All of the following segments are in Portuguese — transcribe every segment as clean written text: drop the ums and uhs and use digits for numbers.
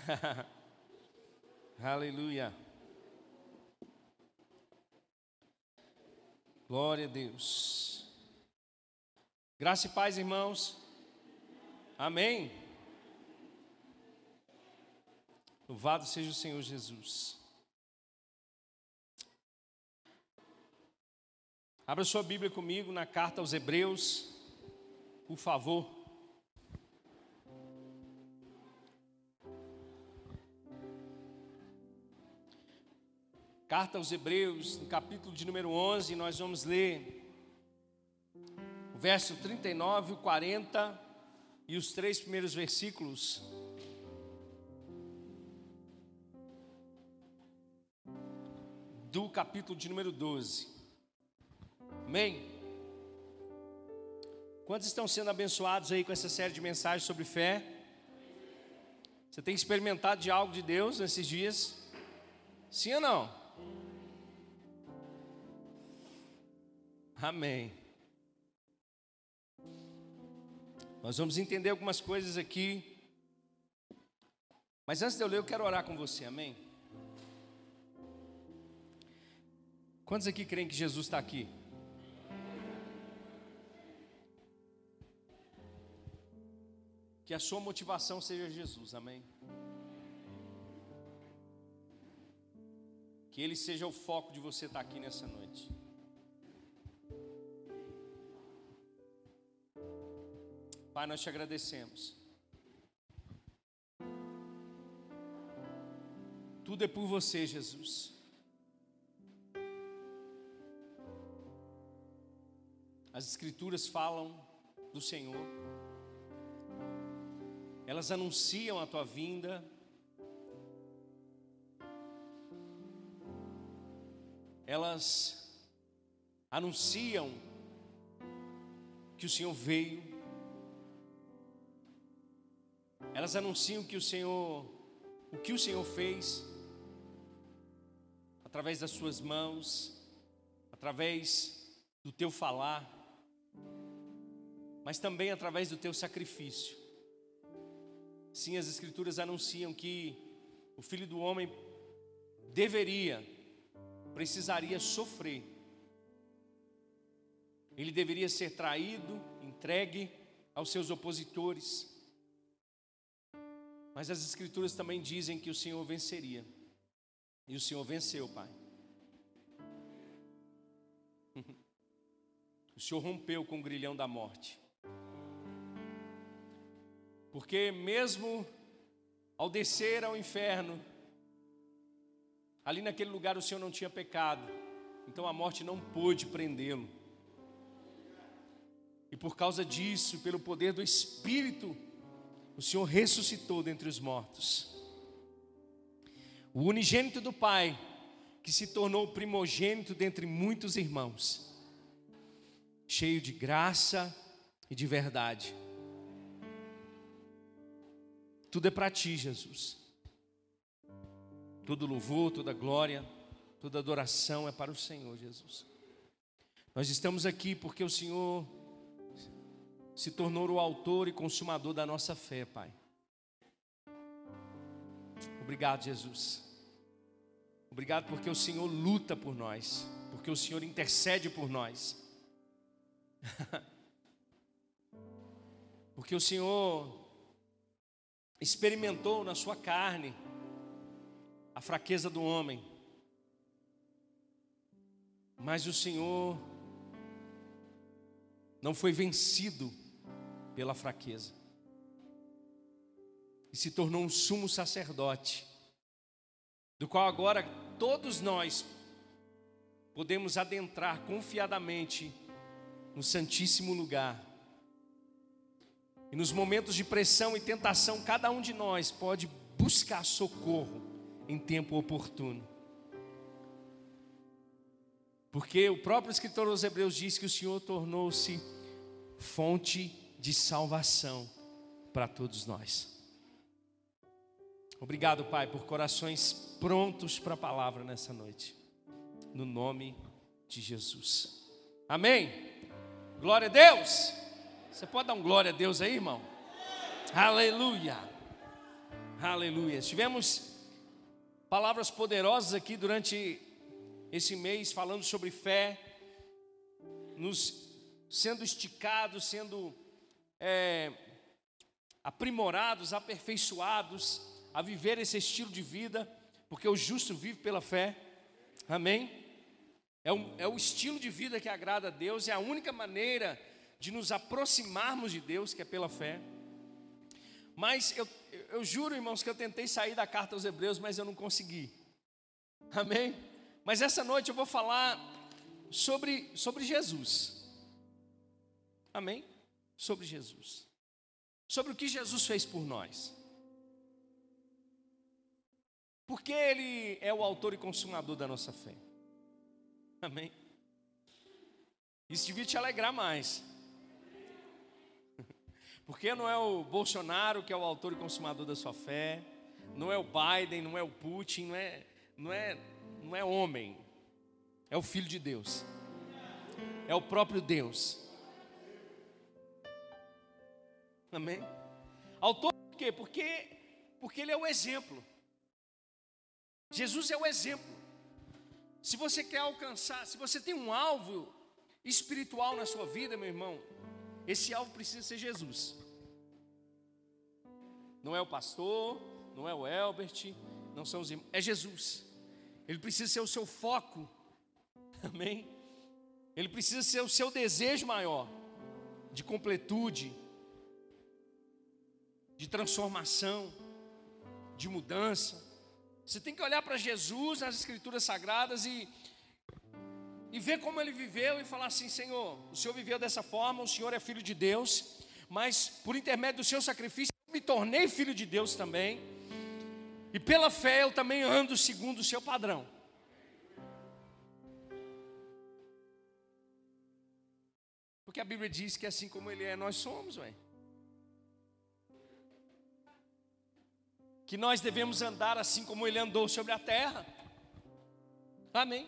Aleluia. Glória a Deus. Graça e paz, irmãos. Amém. Louvado seja o Senhor Jesus. Abra sua Bíblia comigo na carta aos Hebreus, por favor. Carta aos Hebreus, no capítulo de número 11, nós vamos ler o verso 39, o 40 e os 3 primeiros versículos. Do capítulo de número 12. Amém? Quantos estão sendo abençoados aí com essa série de mensagens sobre fé? Você tem experimentado de algo de Deus nesses dias? Sim ou não? Amém. Nós vamos entender algumas coisas aqui. Mas antes de eu ler, eu quero orar com você, amém? Quantos aqui creem que Jesus está aqui? Que a sua motivação seja Jesus, amém? Que Ele seja o foco de você estar aqui nessa noite. Pai, nós te agradecemos. Tudo é por você, Jesus. As Escrituras falam do Senhor. Elas anunciam a tua vinda. Elas anunciam que o Senhor veio. Elas anunciam que o que o Senhor fez através das suas mãos, através do teu falar, mas também através do teu sacrifício. Sim, as Escrituras anunciam que o Filho do Homem precisaria sofrer. Ele deveria ser traído, entregue aos seus opositores. Mas as Escrituras também dizem que o Senhor venceria. E o Senhor venceu, Pai. O Senhor rompeu com o grilhão da morte. Porque mesmo ao descer ao inferno, ali naquele lugar o Senhor não tinha pecado. Então a morte não pôde prendê-lo. E por causa disso, pelo poder do Espírito, o Senhor ressuscitou dentre os mortos. O unigênito do Pai, que se tornou primogênito dentre muitos irmãos, cheio de graça e de verdade. Tudo é para ti, Jesus. Todo louvor, toda glória, toda adoração é para o Senhor, Jesus. Nós estamos aqui porque o Senhor se tornou o autor e consumador da nossa fé, Pai. Obrigado, Jesus. Obrigado porque o Senhor luta por nós, porque o Senhor intercede por nós. Porque o Senhor experimentou na sua carne a fraqueza do homem. Mas o Senhor não foi vencido pela fraqueza. E se tornou um sumo sacerdote, do qual agora todos nós podemos adentrar confiadamente no Santíssimo Lugar. E nos momentos de pressão e tentação, cada um de nós pode buscar socorro em tempo oportuno. Porque o próprio escritor aos Hebreus diz que o Senhor tornou-se fonte de salvação para todos nós. Obrigado, Pai, por corações prontos para a palavra nessa noite. No nome de Jesus. Amém? Glória a Deus. Você pode dar um glória a Deus aí, irmão? Aleluia. Aleluia. Tivemos palavras poderosas aqui durante esse mês, falando sobre fé, nos sendo esticados, sendo aprimorados, aperfeiçoados a viver esse estilo de vida, porque o justo vive pela fé. Amém? É o estilo de vida que agrada a Deus, é a única maneira de nos aproximarmos de Deus, que é pela fé. Mas eu juro, irmãos, que eu tentei sair da carta aos Hebreus, mas eu não consegui. Amém? Mas essa noite eu vou falar sobre Jesus. Amém? Sobre Jesus. Sobre o que Jesus fez por nós. Porque Ele é o autor e consumador da nossa fé. Amém? Isso devia te alegrar mais. Porque não é o Bolsonaro que é o autor e consumador da sua fé, não é o Biden, não é o Putin, não é homem, é o Filho de Deus, é o próprio Deus. Amém? Autor por quê? Porque Ele é o exemplo. Jesus é o exemplo. Se você quer alcançar, se você tem um alvo espiritual na sua vida, meu irmão, esse alvo precisa ser Jesus. Não é o pastor, não é o Elbert, não são os irmãos, é Jesus. Ele precisa ser o seu foco. Amém? Ele precisa ser o seu desejo maior de completude, de transformação, de mudança. Você tem que olhar para Jesus nas Escrituras Sagradas e ver como Ele viveu e falar assim: Senhor, o Senhor viveu dessa forma, o Senhor é Filho de Deus, mas por intermédio do seu sacrifício eu me tornei Filho de Deus também, e pela fé eu também ando segundo o seu padrão. Porque a Bíblia diz que assim como Ele é, nós somos, que nós devemos andar assim como Ele andou sobre a terra. Amém?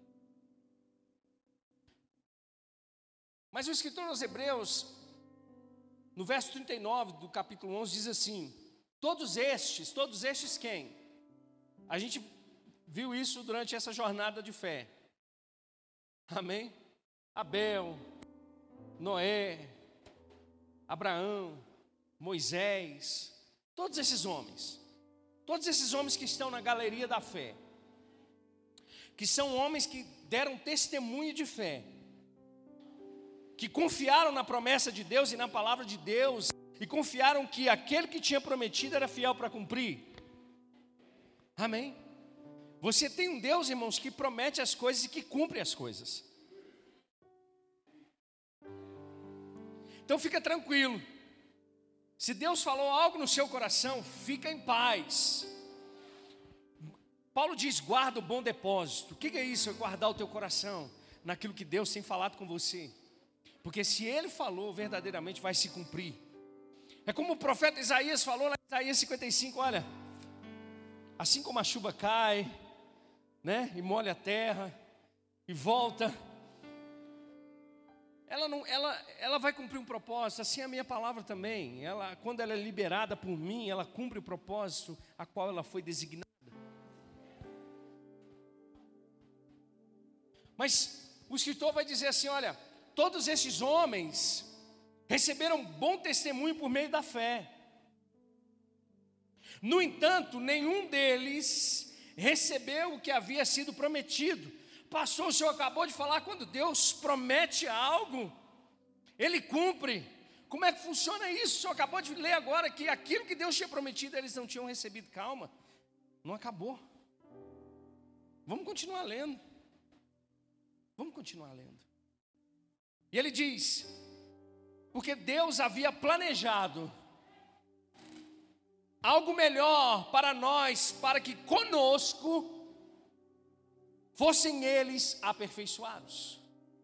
Mas o escritor aos Hebreus, no verso 39 do capítulo 11, diz assim: todos estes quem? A gente viu isso durante essa jornada de fé. Amém? Abel, Noé, Abraão, Moisés, todos esses homens que estão na galeria da fé, que são homens que deram testemunho de fé, que confiaram na promessa de Deus e na palavra de Deus, e confiaram que aquele que tinha prometido era fiel para cumprir. Amém? Você tem um Deus, irmãos, que promete as coisas e que cumpre as coisas. Então fica tranquilo. Se Deus falou algo no seu coração, fica em paz. Paulo diz: guarda o bom depósito. O que é isso? É guardar o teu coração naquilo que Deus tem falado com você. Porque se Ele falou, verdadeiramente vai se cumprir. É como o profeta Isaías falou lá em Isaías 55, olha, assim como a chuva cai, né, e molha a terra, e volta, ela vai cumprir um propósito. Assim é a minha palavra também. Quando ela é liberada por mim, ela cumpre o propósito a qual ela foi designada. Mas o escritor vai dizer assim: olha, todos esses homens receberam bom testemunho por meio da fé. No entanto, nenhum deles recebeu o que havia sido prometido. Pastor, o senhor acabou de falar, quando Deus promete algo, Ele cumpre. Como é que funciona isso? O senhor acabou de ler agora que aquilo que Deus tinha prometido, eles não tinham recebido. Calma, não acabou. Vamos continuar lendo. E ele diz: porque Deus havia planejado algo melhor para nós, para que conosco fossem eles aperfeiçoados.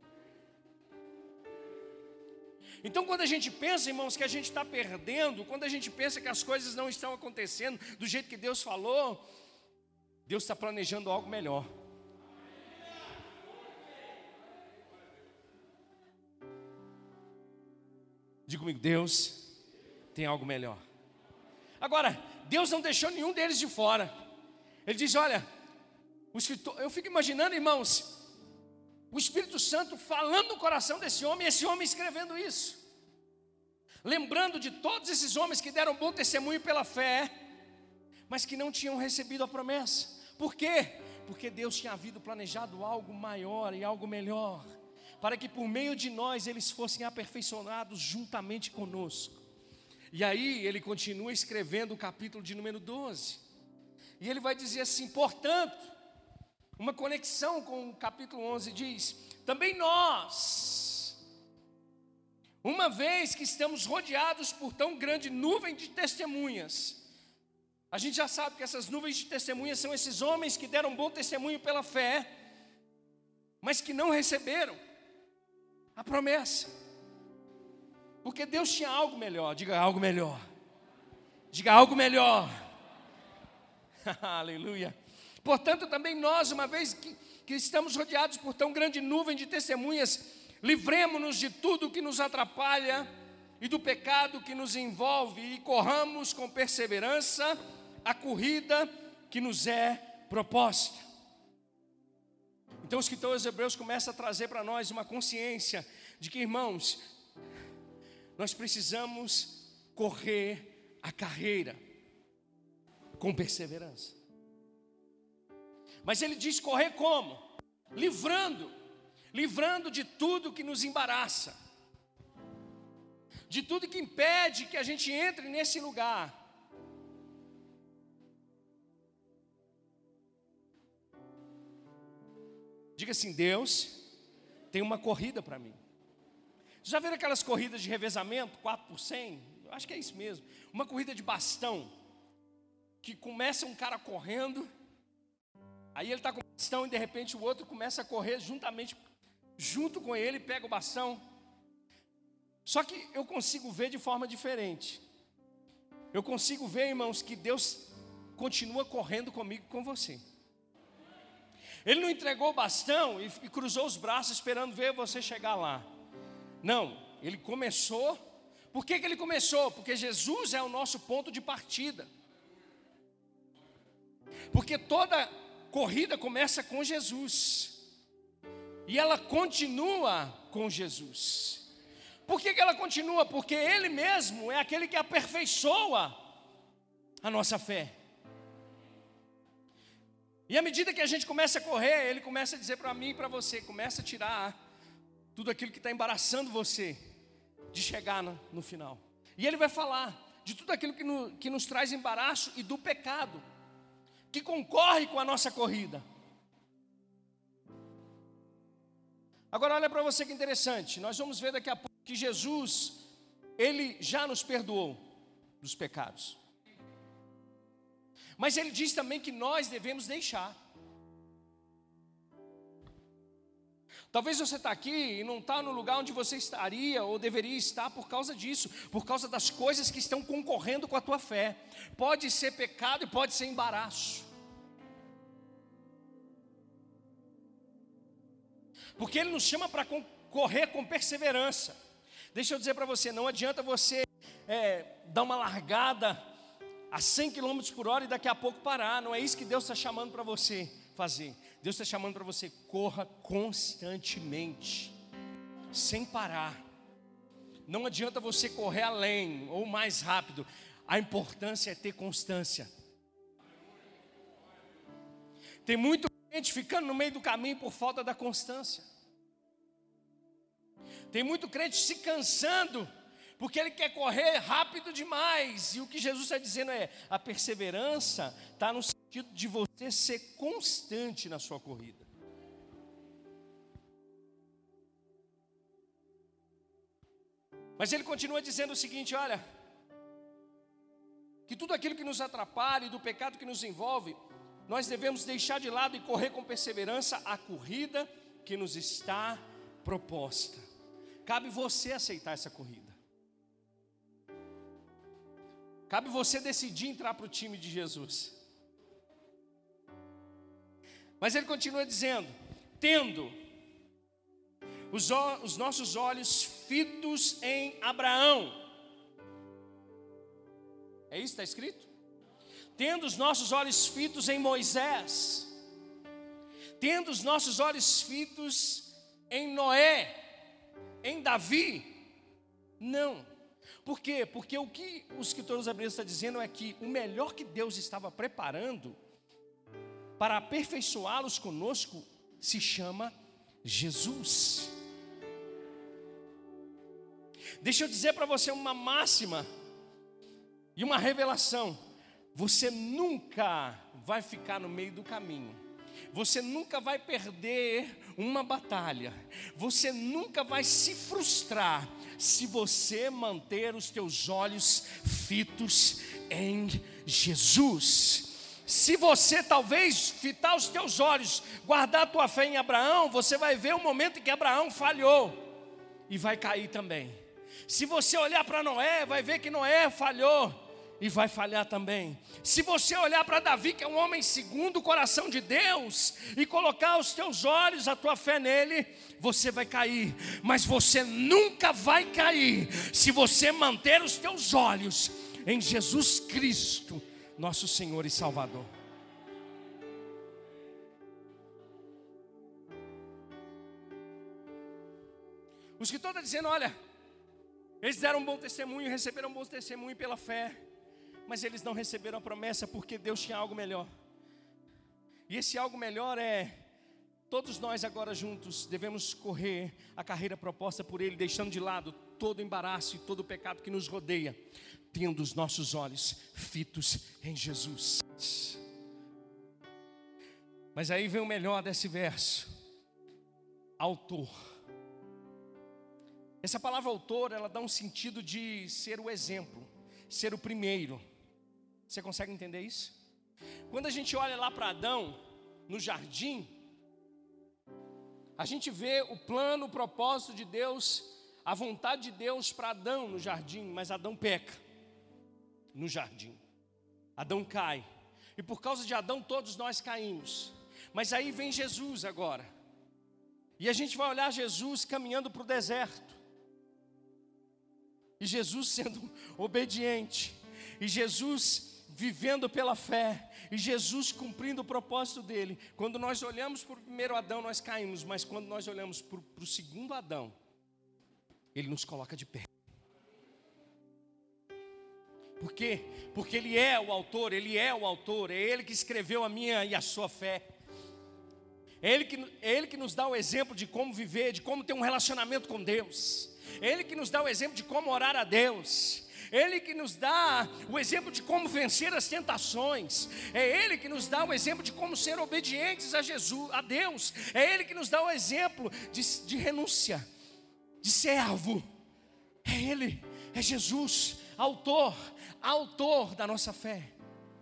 Então, quando a gente pensa, irmãos, que a gente está perdendo, quando a gente pensa que as coisas não estão acontecendo do jeito que Deus falou, Deus está planejando algo melhor. Diga comigo: Deus tem algo melhor. Agora, Deus não deixou nenhum deles de fora. Ele diz, olha, o escritor, eu fico imaginando, irmãos, o Espírito Santo falando no coração desse homem, esse homem escrevendo isso. Lembrando de todos esses homens que deram bom testemunho pela fé, mas que não tinham recebido a promessa. Por quê? Porque Deus tinha havido planejado algo maior e algo melhor, para que por meio de nós eles fossem aperfeiçoados juntamente conosco. E aí ele continua escrevendo o capítulo de número 12. E ele vai dizer assim, portanto, uma conexão com o capítulo 11 diz, também nós, uma vez que estamos rodeados por tão grande nuvem de testemunhas, a gente já sabe que essas nuvens de testemunhas são esses homens que deram bom testemunho pela fé, mas que não receberam a promessa, porque Deus tinha algo melhor. Diga algo melhor. Diga algo melhor. Aleluia. Portanto, também nós, uma vez que estamos rodeados por tão grande nuvem de testemunhas, livremo-nos de tudo que nos atrapalha e do pecado que nos envolve, e corramos com perseverança a corrida que nos é proposta. Então o escritor aos Hebreus começa a trazer para nós uma consciência de que, irmãos, nós precisamos correr a carreira com perseverança. Mas ele diz correr como? Livrando de tudo que nos embaraça, de tudo que impede que a gente entre nesse lugar. Diga assim, Deus tem uma corrida para mim. Já viram aquelas corridas de revezamento, 4x100? Eu acho que é isso mesmo. Uma corrida de bastão, que começa um cara correndo, aí ele está com o bastão e de repente o outro começa a correr junto com ele, pega o bastão. Só que eu consigo ver de forma diferente. Eu consigo ver, irmãos, que Deus continua correndo comigo e com você. Ele não entregou o bastão e cruzou os braços esperando ver você chegar lá. Não, ele começou. Por que ele começou? Porque Jesus é o nosso ponto de partida. Porque toda corrida começa com Jesus, e ela continua com Jesus. Por que ela continua? Porque Ele mesmo é aquele que aperfeiçoa a nossa fé. E à medida que a gente começa a correr, Ele começa a dizer para mim e para você, começa a tirar tudo aquilo que está embaraçando você de chegar no final. E Ele vai falar de tudo aquilo que nos traz embaraço e do pecado que concorre com a nossa corrida. Agora olha para você que interessante. Nós vamos ver daqui a pouco que Jesus, Ele já nos perdoou dos pecados. Mas Ele diz também que nós devemos deixar. Talvez você está aqui e não está no lugar onde você estaria ou deveria estar por causa disso, por causa das coisas que estão concorrendo com a tua fé. Pode ser pecado e pode ser embaraço. Porque Ele nos chama para correr com perseverança. Deixa eu dizer para você, não adianta você dar uma largada a 100 km por hora e daqui a pouco parar. Não é isso que Deus está chamando para você fazer. Deus está chamando para você, corra constantemente, sem parar. Não adianta você correr além ou mais rápido. A importância é ter constância. Tem muito gente ficando no meio do caminho por falta da constância. Tem muito crente se cansando porque ele quer correr rápido demais. E o que Jesus está dizendo é, a perseverança está no sentido de você ser constante na sua corrida. Mas ele continua dizendo o seguinte, olha, que tudo aquilo que nos atrapalha e do pecado que nos envolve, nós devemos deixar de lado e correr com perseverança a corrida que nos está proposta. Cabe você aceitar essa corrida. Cabe você decidir entrar para o time de Jesus. Mas ele continua dizendo, tendo os nossos olhos fitos em Abraão. É isso que está escrito? tendo os nossos olhos fitos em Moisés, tendo os nossos olhos fitos em Noé, em Davi. Não. Por quê? Porque o que o escritor dos Hebreus está dizendo é que o melhor que Deus estava preparando para aperfeiçoá-los conosco se chama Jesus. Deixa eu dizer para você uma máxima e uma revelação: você nunca vai ficar no meio do caminho, você nunca vai perder uma batalha, você nunca vai se frustrar se você manter os teus olhos fitos em Jesus. Se você talvez fitar os teus olhos, guardar a tua fé em Abraão, você vai ver o momento em que Abraão falhou e vai cair também. Se você olhar para Noé, vai ver que Noé falhou e vai falhar também. Se você olhar para Davi, que é um homem segundo o coração de Deus, e colocar os teus olhos, a tua fé nele, você vai cair. Mas você nunca vai cair se você manter os teus olhos em Jesus Cristo, nosso Senhor e Salvador. O escritor está dizendo: olha, eles deram um bom testemunho, receberam um bom testemunho pela fé, mas eles não receberam a promessa porque Deus tinha algo melhor. E esse algo melhor é: todos nós agora juntos devemos correr a carreira proposta por Ele, deixando de lado todo o embaraço e todo o pecado que nos rodeia, tendo os nossos olhos fitos em Jesus. Mas aí vem o melhor desse verso: autor. Essa palavra autor, ela dá um sentido de ser o exemplo, ser o primeiro. Você consegue entender isso? Quando a gente olha lá para Adão, no jardim, a gente vê o plano, o propósito de Deus, a vontade de Deus para Adão no jardim. Mas Adão peca no jardim, Adão cai, e por causa de Adão todos nós caímos. Mas aí vem Jesus agora, e a gente vai olhar Jesus caminhando para o deserto, e Jesus sendo obediente, e Jesus vivendo pela fé, e Jesus cumprindo o propósito dele. Quando nós olhamos para o primeiro Adão, nós caímos, mas quando nós olhamos para o segundo Adão, ele nos coloca de pé. Por quê? Porque ele é o autor, é ele que escreveu a minha e a sua fé. É ele que nos dá o exemplo de como viver, de como ter um relacionamento com Deus. É Ele que nos dá o exemplo de como orar a Deus. É Ele que nos dá o exemplo de como vencer as tentações. É Ele que nos dá o exemplo de como ser obedientes a Jesus, a Deus. É Ele que nos dá o exemplo de renúncia, de servo. É Ele, é Jesus, autor da nossa fé.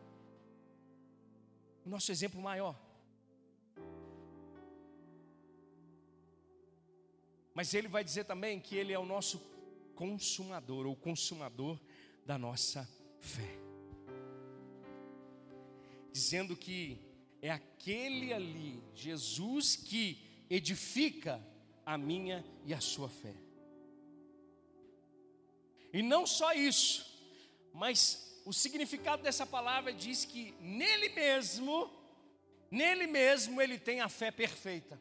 O nosso exemplo maior. Mas Ele vai dizer também que Ele é o nosso consumador, ou consumador da nossa fé. Dizendo que é aquele ali, Jesus, que edifica a minha e a sua fé. E não só isso, mas o significado dessa palavra diz que nele mesmo Ele tem a fé perfeita.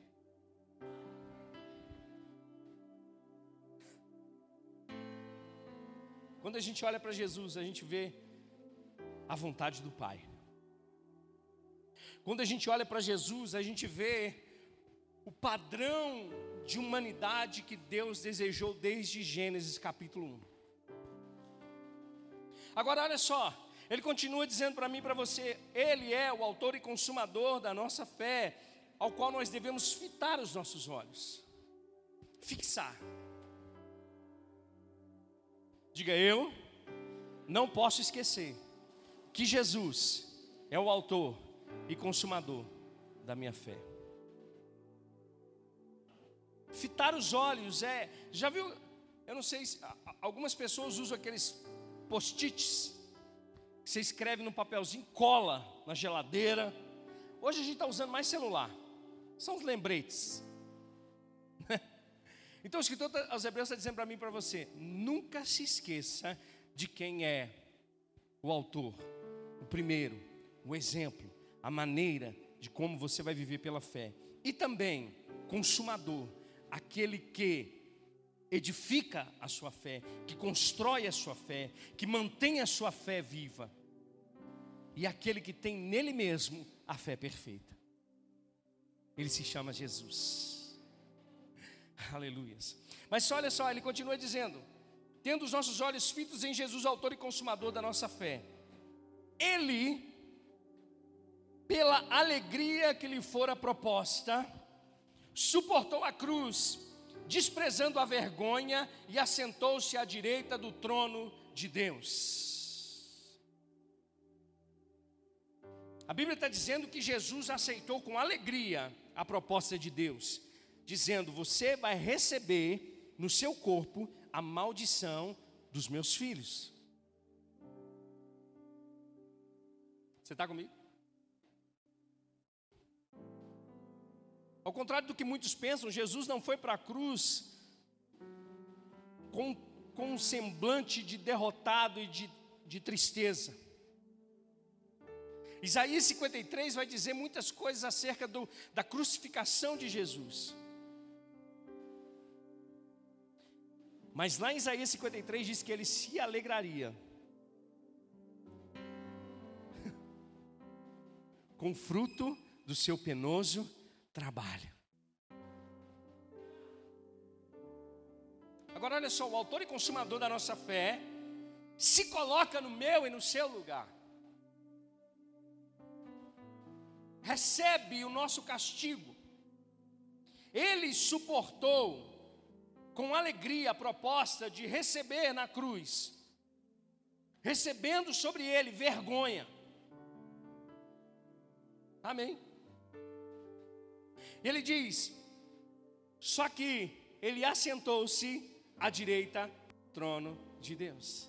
Quando a gente olha para Jesus, a gente vê a vontade do Pai. Quando a gente olha para Jesus, a gente vê o padrão de humanidade que Deus desejou desde Gênesis capítulo 1. Agora olha só, Ele continua dizendo para mim e para você: Ele é o autor e consumador da nossa fé, ao qual nós devemos fitar os nossos olhos. Fixar. Diga: eu não posso esquecer que Jesus é o autor e consumador da minha fé. Fitar os olhos já viu, eu não sei se algumas pessoas usam aqueles post-its que você escreve no papelzinho, cola na geladeira. Hoje a gente está usando mais celular, são os lembretes. Então o escritor aos Hebreus está dizendo para mim e para você: nunca se esqueça de quem é o autor, o primeiro, o exemplo, a maneira de como você vai viver pela fé. E também, consumador, aquele que edifica a sua fé, que constrói a sua fé, que mantém a sua fé viva. E aquele que tem nele mesmo a fé perfeita. Ele se chama Jesus. Aleluias. Mas olha só, ele continua dizendo: tendo os nossos olhos fitos em Jesus, autor e consumador da nossa fé. Ele, pela alegria que lhe fora proposta, suportou a cruz, desprezando a vergonha, e assentou-se à direita do trono de Deus. A Bíblia está dizendo que Jesus aceitou com alegria a proposta de Deus, dizendo: você vai receber no seu corpo a maldição dos meus filhos. Você está comigo? Ao contrário do que muitos pensam, Jesus não foi para a cruz com um semblante de derrotado e de tristeza. Isaías 53 vai dizer muitas coisas acerca da crucificação de Jesus. Mas lá em Isaías 53 diz que ele se alegraria com o fruto do seu penoso trabalho. Agora olha só, o autor e consumador da nossa fé se coloca no meu e no seu lugar. Recebe o nosso castigo. Ele suportou com alegria a proposta de receber na cruz, recebendo sobre ele vergonha. Amém? Ele diz, só que ele assentou-se à direita do trono de Deus.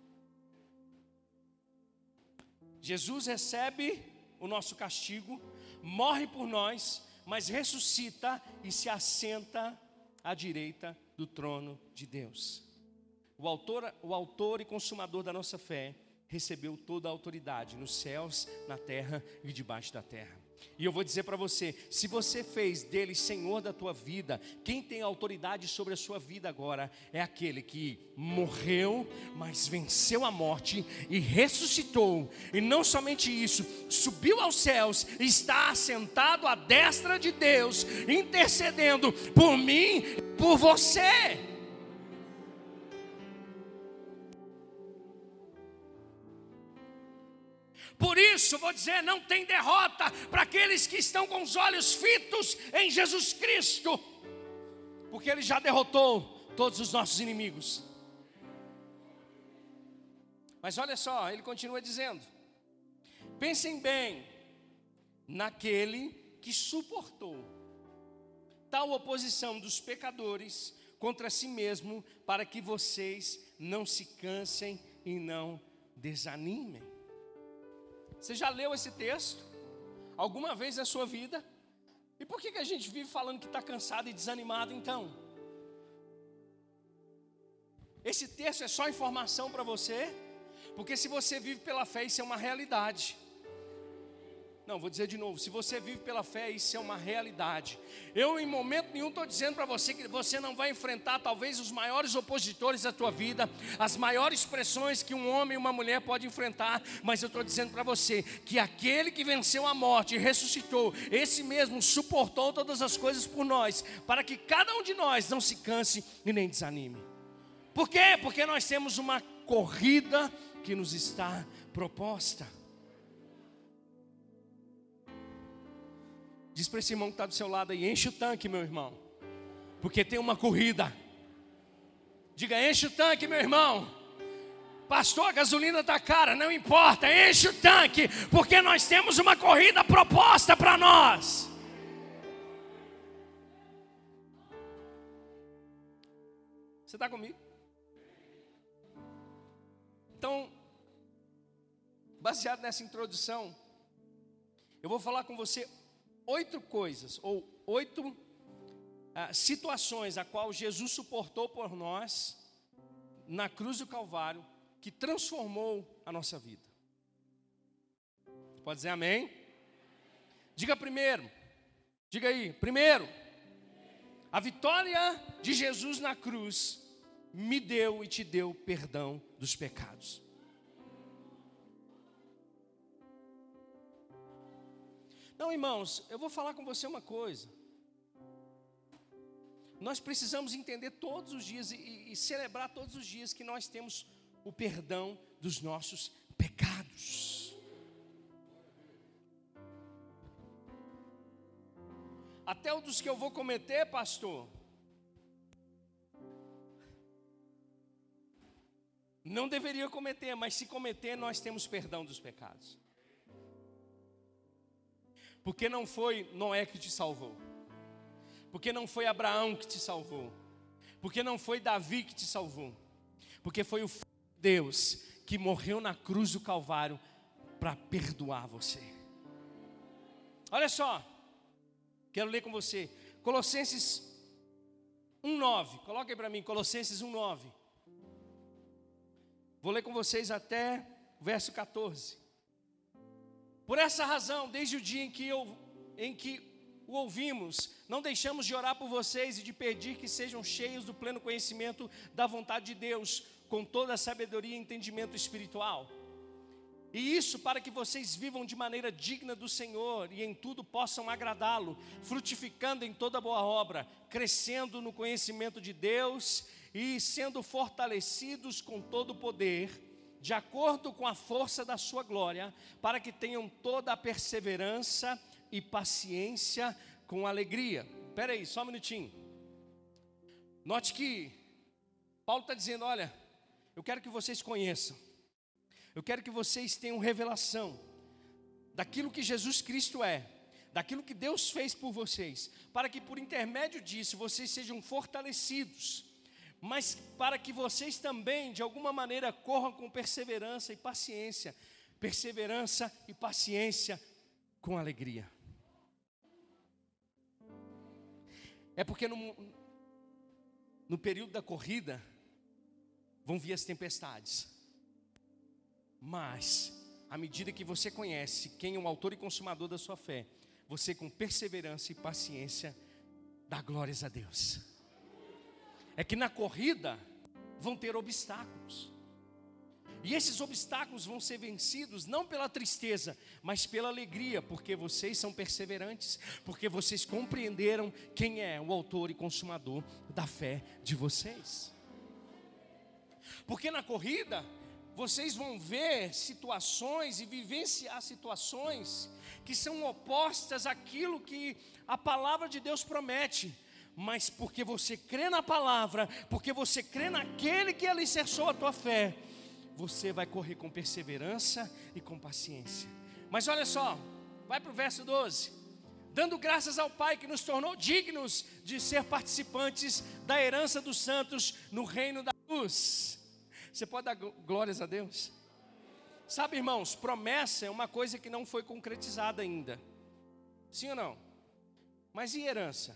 Jesus recebe o nosso castigo, morre por nós, mas ressuscita e se assenta à direita do trono de Deus. O autor e consumador da nossa fé recebeu toda a autoridade nos céus, na terra e debaixo da terra. E eu vou dizer para você, se você fez dele Senhor da tua vida, quem tem autoridade sobre a sua vida agora é aquele que morreu, mas venceu a morte e ressuscitou. E não somente isso, subiu aos céus e está assentado à destra de Deus, intercedendo por mim e por você. Por isso, vou dizer, não tem derrota para aqueles que estão com os olhos fitos em Jesus Cristo, porque Ele já derrotou todos os nossos inimigos. Mas olha só, Ele continua dizendo: pensem bem naquele que suportou tal oposição dos pecadores contra si mesmo, para que vocês não se cansem e não desanimem. Você já leu esse texto alguma vez na sua vida? E por que a gente vive falando que está cansado e desanimado então? Esse texto é só informação para você? Porque se você vive pela fé, isso é uma realidade. Não, vou dizer de novo, se você vive pela fé, isso é uma realidade. Eu em momento nenhum estou dizendo para você que você não vai enfrentar talvez os maiores opositores da tua vida, as maiores pressões que um homem e uma mulher pode enfrentar, mas eu estou dizendo para você que aquele que venceu a morte e ressuscitou, esse mesmo suportou todas as coisas por nós, para que cada um de nós não se canse e nem desanime. Por quê? Porque nós temos uma corrida que nos está proposta. Diz para esse irmão que está do seu lado aí: enche o tanque, meu irmão, porque tem uma corrida. Diga: enche o tanque, meu irmão. Pastor, a gasolina está cara, não importa, enche o tanque, porque nós temos uma corrida proposta para nós. Você está comigo? Então, baseado nessa introdução, eu vou falar com você 8 coisas, ou 8 situações a qual Jesus suportou por nós na cruz do Calvário, que transformou a nossa vida. Pode dizer amém? Diga primeiro. Diga aí, primeiro. A vitória de Jesus na cruz me deu e te deu perdão dos pecados. Não, irmãos, eu vou falar com você uma coisa. Nós precisamos entender todos os dias e celebrar todos os dias que nós temos o perdão dos nossos pecados. Até o dos que eu vou cometer, pastor. Não deveria cometer, mas se cometer, nós temos perdão dos pecados. Porque não foi Noé que te salvou. Porque não foi Abraão que te salvou. Porque não foi Davi que te salvou. Porque foi o Filho de Deus que morreu na cruz do Calvário para perdoar você. Olha só, quero ler com você Colossenses 1:9. Coloque aí para mim, Colossenses 1:9. Vou ler com vocês até o verso 14. Por essa razão, desde o dia em que o ouvimos, não deixamos de orar por vocês e de pedir que sejam cheios do pleno conhecimento da vontade de Deus, com toda a sabedoria e entendimento espiritual. E isso para que vocês vivam de maneira digna do Senhor e em tudo possam agradá-lo, frutificando em toda boa obra, crescendo no conhecimento de Deus e sendo fortalecidos com todo o poder, de acordo com a força da sua glória, para que tenham toda a perseverança e paciência com alegria. Espera aí, só um minutinho. Note que Paulo está dizendo, olha, eu quero que vocês conheçam. Eu quero que vocês tenham revelação daquilo que Jesus Cristo é, daquilo que Deus fez por vocês, para que por intermédio disso vocês sejam fortalecidos, mas para que vocês também de alguma maneira corram com perseverança e paciência com alegria. É porque no período da corrida vão vir as tempestades. Mas, à medida que você conhece quem é o autor e consumador da sua fé, você com perseverança e paciência dá glórias a Deus. É que na corrida vão ter obstáculos. E esses obstáculos vão ser vencidos não pela tristeza, mas pela alegria, porque vocês são perseverantes, porque vocês compreenderam quem é o autor e consumador da fé de vocês. Porque na corrida vocês vão ver situações e vivenciar situações que são opostas àquilo que a palavra de Deus promete. Mas porque você crê na palavra, porque você crê naquele que alicerçou a tua fé, você vai correr com perseverança e com paciência. Mas olha só, vai para o verso 12. Dando graças ao Pai que nos tornou dignos de ser participantes da herança dos santos no reino da luz. Você pode dar glórias a Deus? Sabe, irmãos, promessa é uma coisa que não foi concretizada ainda. Sim ou não? Mas e herança?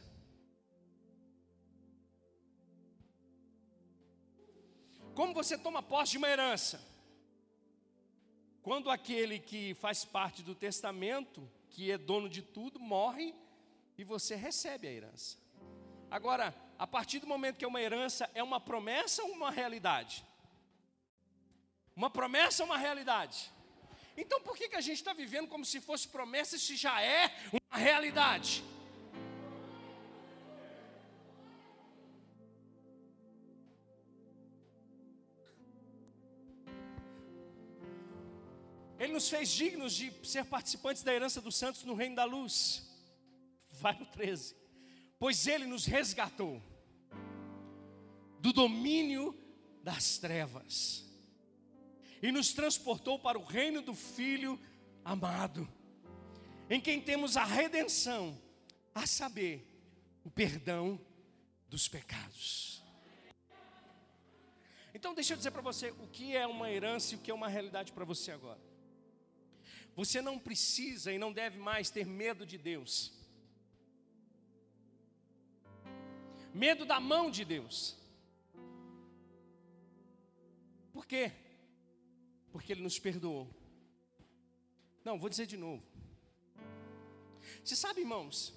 Como você toma posse de uma herança? Quando aquele que faz parte do testamento, que é dono de tudo, morre e você recebe a herança. Agora, a partir do momento que é uma herança, é uma promessa ou uma realidade? Uma promessa ou uma realidade? Então por que a gente está vivendo como se fosse promessa se já é uma realidade? Ele nos fez dignos de ser participantes da herança dos santos no reino da luz. Vai para o 13. Pois ele nos resgatou do domínio das trevas e nos transportou para o reino do Filho amado, em quem temos a redenção, a saber, o perdão dos pecados. Então deixa eu dizer para você o que é uma herança e o que é uma realidade para você agora. Você não precisa e não deve mais ter medo de Deus. Medo da mão de Deus. Por quê? Porque Ele nos perdoou. Não, vou dizer de novo. Você sabe, irmãos,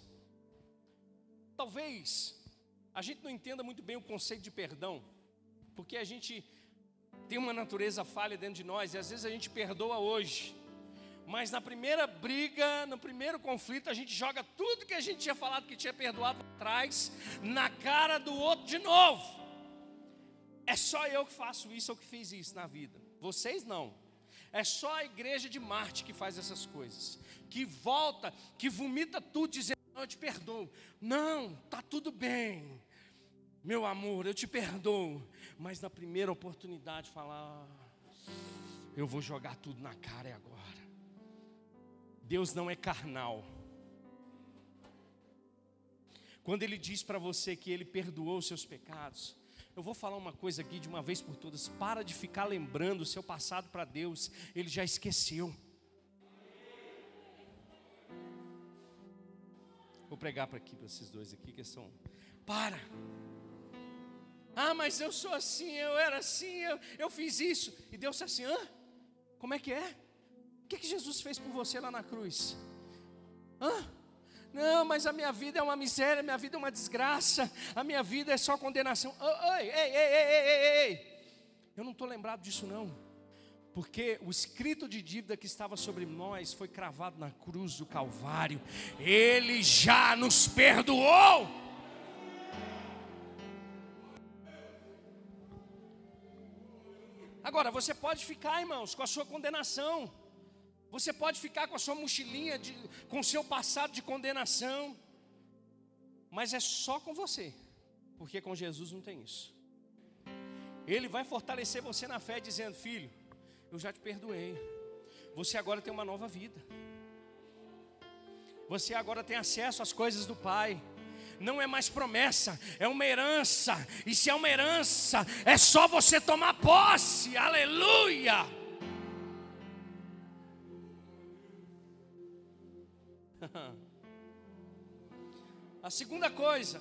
talvez a gente não entenda muito bem o conceito de perdão, porque a gente tem uma natureza falha dentro de nós, e às vezes a gente perdoa hoje, mas na primeira briga, no primeiro conflito, a gente joga tudo que a gente tinha falado que tinha perdoado atrás, na cara do outro de novo. É só eu que faço isso ou que fiz isso na vida, vocês não. É só a igreja de Marte que faz essas coisas, que volta, que vomita tudo dizendo, não, eu te perdoo. Não, está tudo bem, meu amor, eu te perdoo. Mas na primeira oportunidade falar, eu vou jogar tudo na cara agora. Deus não é carnal. Quando Ele diz para você que Ele perdoou os seus pecados, eu vou falar uma coisa aqui de uma vez por todas. Para de ficar lembrando o seu passado para Deus. Ele já esqueceu. Vou pregar para aqui, para esses dois aqui que são. Para. Ah, mas eu sou assim, eu era assim, eu fiz isso. E Deus disse assim, hã? Como é que é? O que Jesus fez por você lá na cruz? Hã? Não, mas a minha vida é uma miséria, a minha vida é uma desgraça, a minha vida é só condenação. Ei. Eu não estou lembrado disso não. Porque o escrito de dívida que estava sobre nós foi cravado na cruz do Calvário. Ele já nos perdoou. Agora, você pode ficar, irmãos, com a sua condenação. Você pode ficar com a sua mochilinha, com o seu passado de condenação. Mas é só com você. Porque com Jesus não tem isso. Ele vai fortalecer você na fé dizendo, filho, eu já te perdoei. Você agora tem uma nova vida. Você agora tem acesso às coisas do Pai. Não é mais promessa, é uma herança. E se é uma herança, é só você tomar posse. Aleluia! A segunda coisa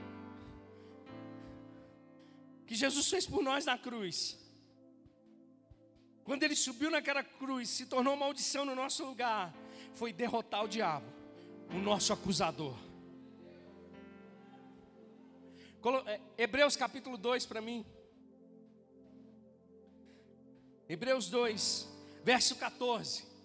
que Jesus fez por nós na cruz, quando Ele subiu naquela cruz, se tornou maldição no nosso lugar, foi derrotar o diabo, o nosso acusador. Hebreus capítulo 2 para mim. Hebreus 2, verso 14.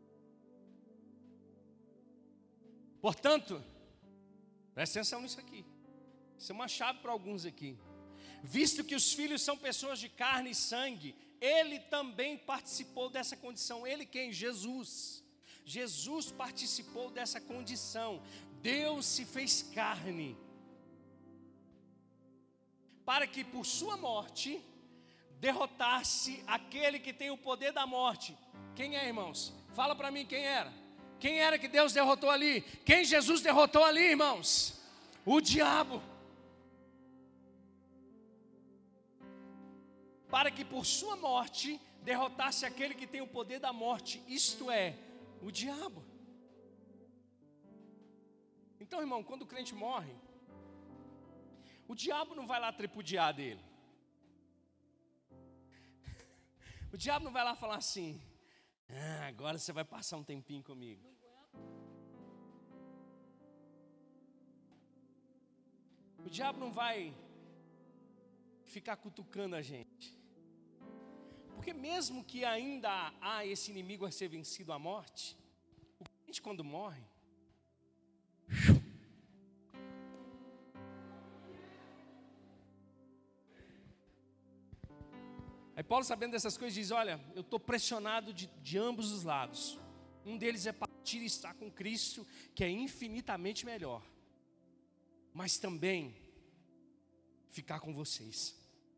Portanto, presta atenção nisso aqui. Isso é uma chave para alguns aqui. Visto que os filhos são pessoas de carne e sangue, Ele também participou dessa condição. Ele quem? Jesus. Jesus participou dessa condição. Deus se fez carne, para que por sua morte derrotasse aquele que tem o poder da morte. Quem é, irmãos? Fala para mim quem era. Quem era que Deus derrotou ali? Quem Jesus derrotou ali, irmãos? O diabo. Para que por sua morte derrotasse aquele que tem o poder da morte, isto é, o diabo. Então, irmão, quando o crente morre, o diabo não vai lá tripudiar dele. O diabo não vai lá falar assim, agora você vai passar um tempinho comigo. O diabo não vai ficar cutucando a gente. Porque mesmo que ainda há esse inimigo a ser vencido, a morte, o crente quando morre, aí Paulo, sabendo dessas coisas, diz, olha, eu estou pressionado de ambos os lados. Um deles é partir e estar com Cristo, que é infinitamente melhor. Mas também ficar com vocês.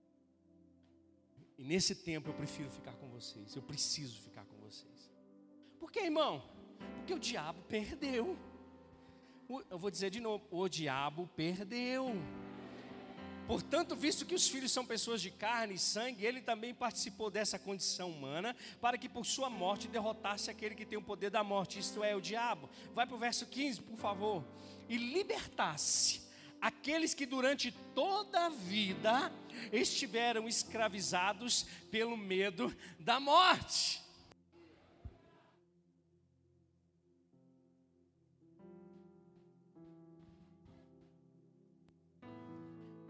E nesse tempo eu prefiro ficar com vocês. Eu preciso ficar com vocês. Por quê, irmão? Porque o diabo perdeu. Eu vou dizer de novo, o diabo perdeu. Portanto, visto que os filhos são pessoas de carne e sangue, Ele também participou dessa condição humana, para que por sua morte derrotasse aquele que tem o poder da morte, isto é, o diabo. Vai para o verso 15, por favor. E libertasse aqueles que durante toda a vida estiveram escravizados pelo medo da morte.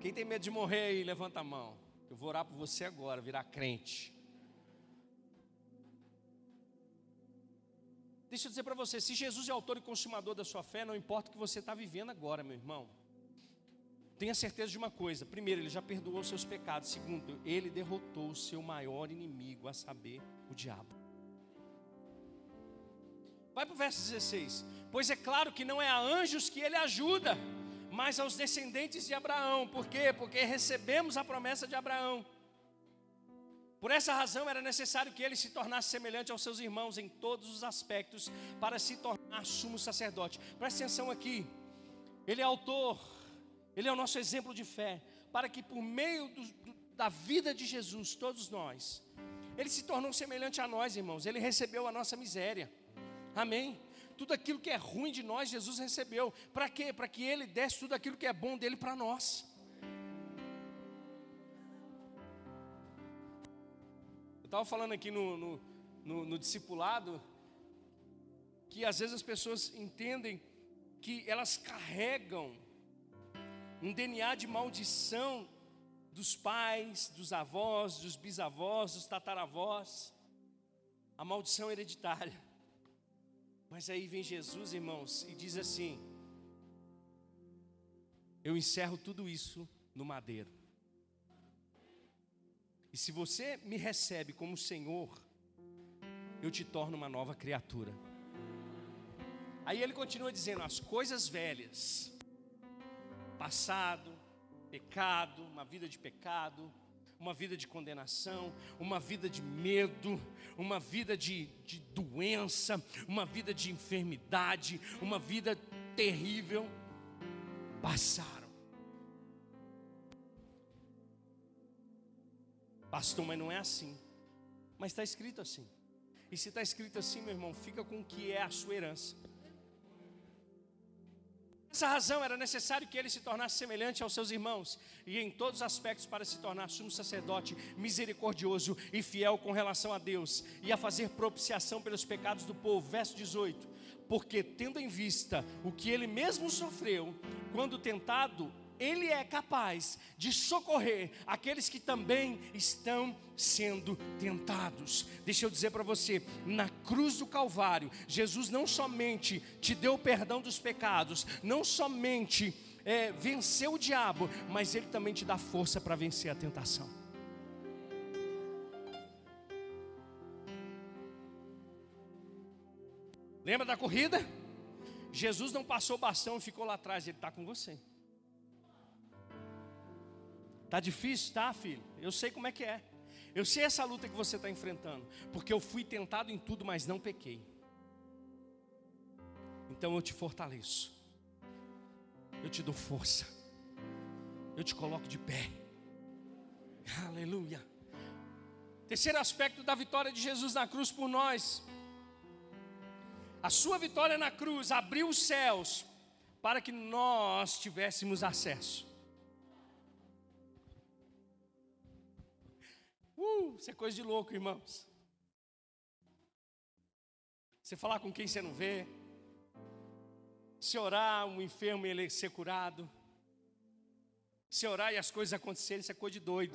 Quem tem medo de morrer aí, levanta a mão. Eu vou orar por você agora, virar crente. Deixa eu dizer para você, se Jesus é autor e consumador da sua fé, não importa o que você está vivendo agora, meu irmão. Tenha certeza de uma coisa: primeiro, Ele já perdoou os seus pecados. Segundo, Ele derrotou o seu maior inimigo, a saber, o diabo. Vai para o verso 16. Pois é claro que não é a anjos que Ele ajuda, mas aos descendentes de Abraão. Por quê? Porque recebemos a promessa de Abraão. Por essa razão era necessário que ele se tornasse semelhante aos seus irmãos em todos os aspectos, para se tornar sumo sacerdote. Presta atenção aqui. Ele é autor, ele é o nosso exemplo de fé, para que por meio da vida de Jesus, todos nós, ele se tornou semelhante a nós, irmãos. Ele recebeu a nossa miséria. Amém? Tudo aquilo que é ruim de nós, Jesus recebeu. Para quê? Para que ele desse tudo aquilo que é bom dele para nós. Eu estava falando aqui no discipulado, que às vezes as pessoas entendem que elas carregam um DNA de maldição dos pais, dos avós, dos bisavós, dos tataravós, a maldição hereditária. Mas aí vem Jesus, irmãos, e diz assim: eu encerro tudo isso no madeiro. E se você me recebe como Senhor, eu te torno uma nova criatura. Aí ele continua dizendo: as coisas velhas, passado, pecado, uma vida de pecado, uma vida de condenação, uma vida de medo, uma vida de doença, uma vida de enfermidade, uma vida terrível, passaram. Pastor, mas não é assim. Mas está escrito assim. E se está escrito assim, meu irmão, fica com o que é a sua herança. Por essa razão era necessário que ele se tornasse semelhante aos seus irmãos, e em todos os aspectos para se tornar sumo sacerdote, misericordioso e fiel com relação a Deus, e a fazer propiciação pelos pecados do povo. Verso 18. Porque tendo em vista o que ele mesmo sofreu, quando tentado, ele é capaz de socorrer aqueles que também estão sendo tentados. Deixa eu dizer para você, na cruz do Calvário, Jesus não somente te deu o perdão dos pecados, não somente venceu o diabo, mas Ele também te dá força para vencer a tentação. Lembra da corrida? Jesus não passou o bastão e ficou lá atrás, Ele está com você. Está difícil, tá, filho? Eu sei como é que é. Eu sei essa luta que você está enfrentando, porque eu fui tentado em tudo, mas não pequei. Então eu te fortaleço, eu te dou força, eu te coloco de pé. Aleluia. Terceiro aspecto da vitória de Jesus na cruz por nós: a sua vitória na cruz abriu os céus para que nós tivéssemos acesso. Isso é coisa de louco, irmãos. Você falar com quem você não vê, se orar, um enfermo ele ser curado, se orar e as coisas acontecerem, isso é coisa de doido.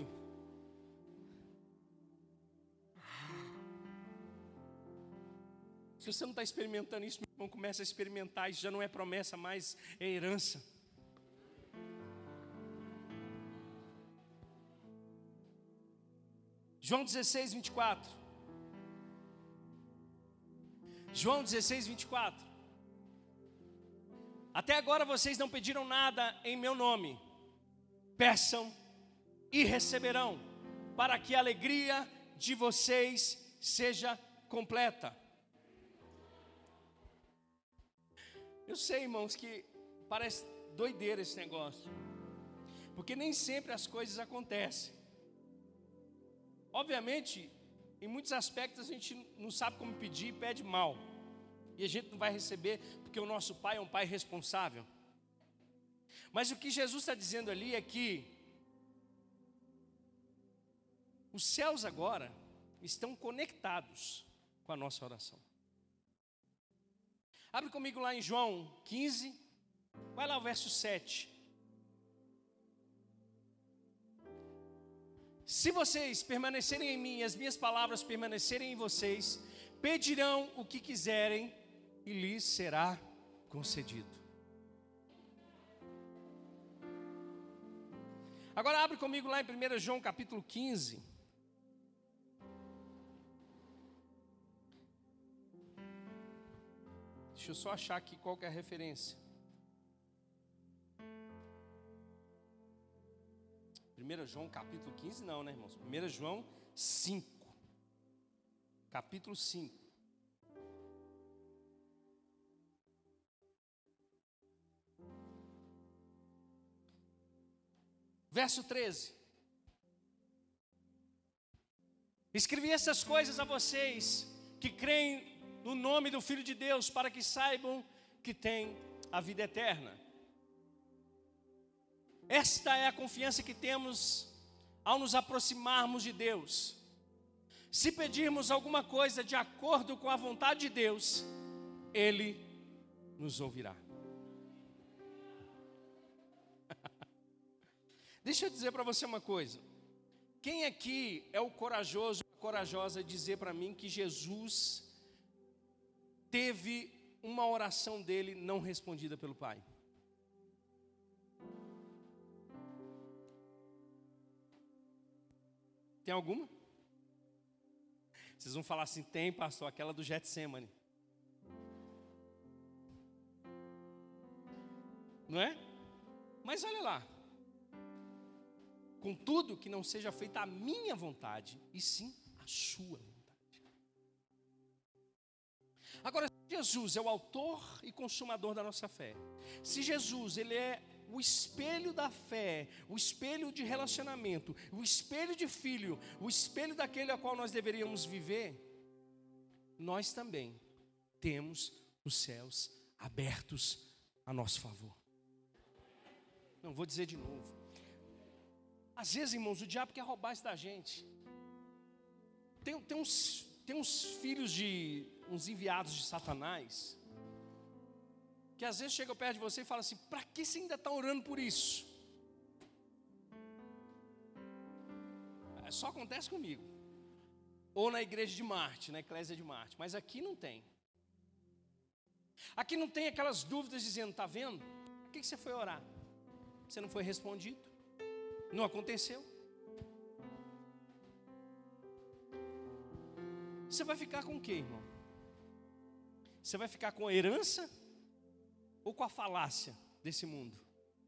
Se você não está experimentando isso, meu irmão, começa a experimentar. Isso já não é promessa, mas é herança. João 16, 24. João 16, 24. Até agora vocês não pediram nada em meu nome. Peçam e receberão, para que a alegria de vocês seja completa. Eu sei, irmãos, que parece doideira esse negócio, porque nem sempre as coisas acontecem. Obviamente, em muitos aspectos a gente não sabe como pedir, pede mal. E a gente não vai receber, porque o nosso pai é um pai responsável. Mas o que Jesus está dizendo ali é que os céus agora estão conectados com a nossa oração. Abre comigo lá em João 15, vai lá o verso 7. Se vocês permanecerem em mim e as minhas palavras permanecerem em vocês, pedirão o que quiserem e lhes será concedido. Agora abre comigo lá em 1 João capítulo 15. Deixa eu só achar aqui qual que é a referência. 1 João capítulo 15 não, né, irmãos? 1 João 5. Capítulo 5. Verso 13. Escrevi essas coisas a vocês que creem no nome do Filho de Deus, para que saibam que têm a vida eterna. Esta é a confiança que temos ao nos aproximarmos de Deus. Se pedirmos alguma coisa de acordo com a vontade de Deus, Ele nos ouvirá. Deixa eu dizer para você uma coisa. Quem aqui é o corajoso, a corajosa dizer para mim que Jesus teve uma oração dele não respondida pelo Pai? Tem alguma? Vocês vão falar assim, tem, pastor, aquela do Getsemane. Não é? Mas olha lá. Contudo, que não seja feita a minha vontade, e sim a sua vontade. Agora, se Jesus é o autor e consumador da nossa fé, se Jesus, ele é o espelho da fé, o espelho de relacionamento, o espelho de filho, o espelho daquele a qual nós deveríamos viver, nós também temos os céus abertos a nosso favor. Não vou dizer de novo. Às vezes, irmãos, o diabo quer roubar isso da gente. Tem uns filhos de, uns enviados de Satanás, que às vezes chegam perto de você e falam assim, para que você ainda está orando por isso? Só acontece comigo. Ou na igreja de Marte, na eclésia de Marte. Mas aqui não tem. Aqui não tem aquelas dúvidas dizendo, está vendo? Por que você foi orar? Você não foi respondido? Não aconteceu? Você vai ficar com o quê, irmão? Você vai ficar com a herança ou com a falácia desse mundo?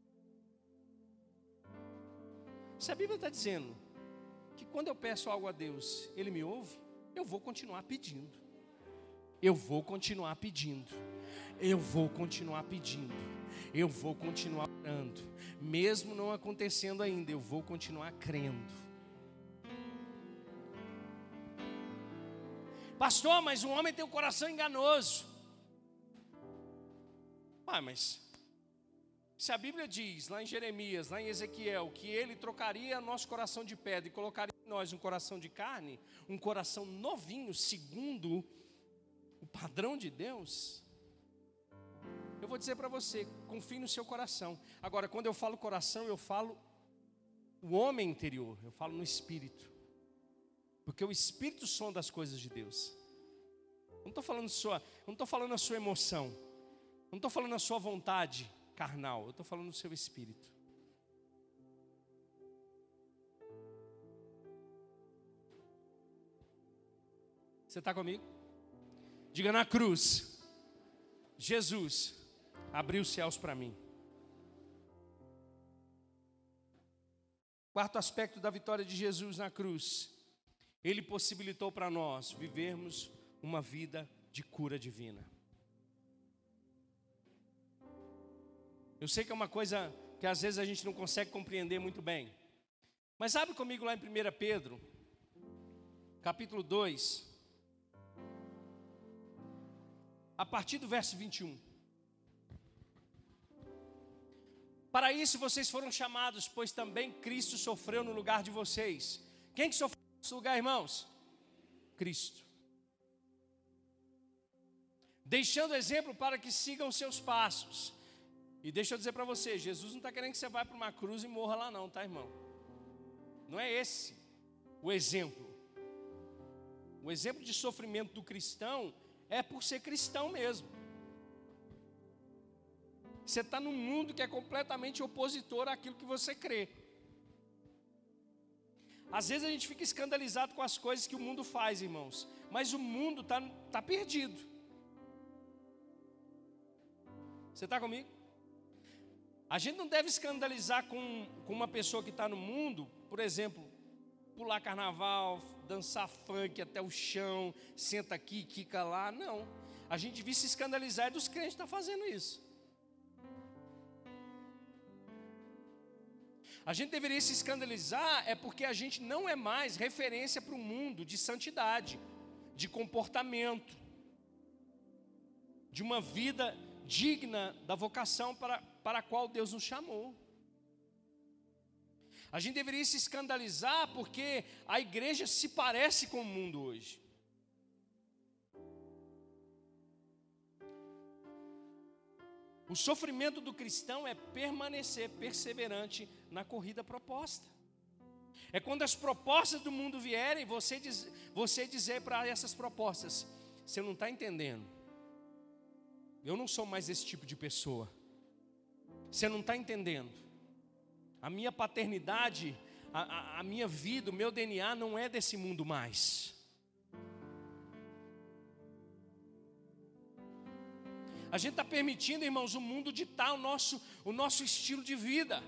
Se a Bíblia está dizendo que quando eu peço algo a Deus, Ele me ouve, eu vou continuar pedindo. Eu vou continuar pedindo. Eu vou continuar pedindo. Eu vou continuar orando. Mesmo não acontecendo ainda, eu vou continuar crendo. Pastor, mas o homem tem um coração enganoso. Mas se a Bíblia diz lá em Jeremias, lá em Ezequiel, que Ele trocaria nosso coração de pedra e colocaria em nós um coração de carne, um coração novinho, segundo o padrão de Deus, eu vou dizer para você, confie no seu coração. Agora, quando eu falo coração, eu falo o homem interior, eu falo no espírito, porque o espírito sonda as coisas de Deus. Não estou falando a sua emoção, não estou falando a sua vontade carnal, eu estou falando do seu espírito. Você está comigo? Diga: na cruz, Jesus abriu os céus para mim. Quarto aspecto da vitória de Jesus na cruz: Ele possibilitou para nós vivermos uma vida de cura divina. Eu sei que é uma coisa que às vezes a gente não consegue compreender muito bem, mas abre comigo lá em 1 Pedro, capítulo 2, a partir do verso 21. Para isso vocês foram chamados, pois também Cristo sofreu no lugar de vocês. Quem que sofreu nesse lugar, irmãos? Cristo. Deixando exemplo para que sigam seus passos. E deixa eu dizer para você, Jesus não está querendo que você vá para uma cruz e morra lá não, tá, irmão? Não é esse o exemplo de sofrimento do cristão é por ser cristão mesmo. Você está num mundo que é completamente opositor àquilo que você crê. Às vezes a gente fica escandalizado com as coisas que o mundo faz, irmãos, mas o mundo tá perdido. Você está comigo? A gente não deve escandalizar com uma pessoa que está no mundo, por exemplo, pular carnaval, dançar funk até o chão, senta aqui, quica lá, não. A gente devia se escandalizar dos crentes que estão fazendo isso. A gente deveria se escandalizar porque a gente não é mais referência para o mundo de santidade, de comportamento, de uma vida digna da vocação para a qual Deus nos chamou. A gente deveria se escandalizar porque a igreja se parece com o mundo hoje. O sofrimento do cristão é permanecer perseverante na corrida proposta. É quando as propostas do mundo vierem, você dizer para essas propostas: você não está entendendo, eu não sou mais esse tipo de pessoa. Você não está entendendo. A minha paternidade, a minha vida, o meu DNA não é desse mundo mais. A gente está permitindo, irmãos, o mundo ditar o nosso estilo de vida.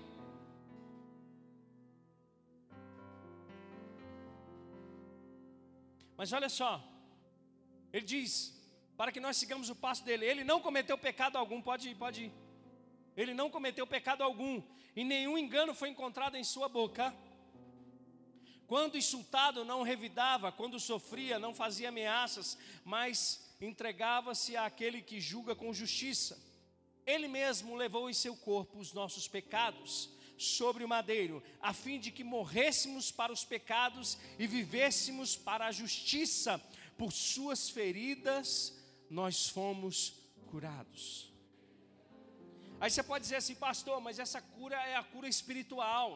Mas olha só, ele diz, para que nós sigamos o passo dele, ele não cometeu pecado algum, pode ir. Ele não cometeu pecado algum, e nenhum engano foi encontrado em sua boca. Quando insultado, não revidava, quando sofria, não fazia ameaças, mas entregava-se àquele que julga com justiça. Ele mesmo levou em seu corpo os nossos pecados sobre o madeiro, a fim de que morrêssemos para os pecados e vivêssemos para a justiça. Por suas feridas nós fomos curados. Aí você pode dizer assim: pastor, mas essa cura é a cura espiritual.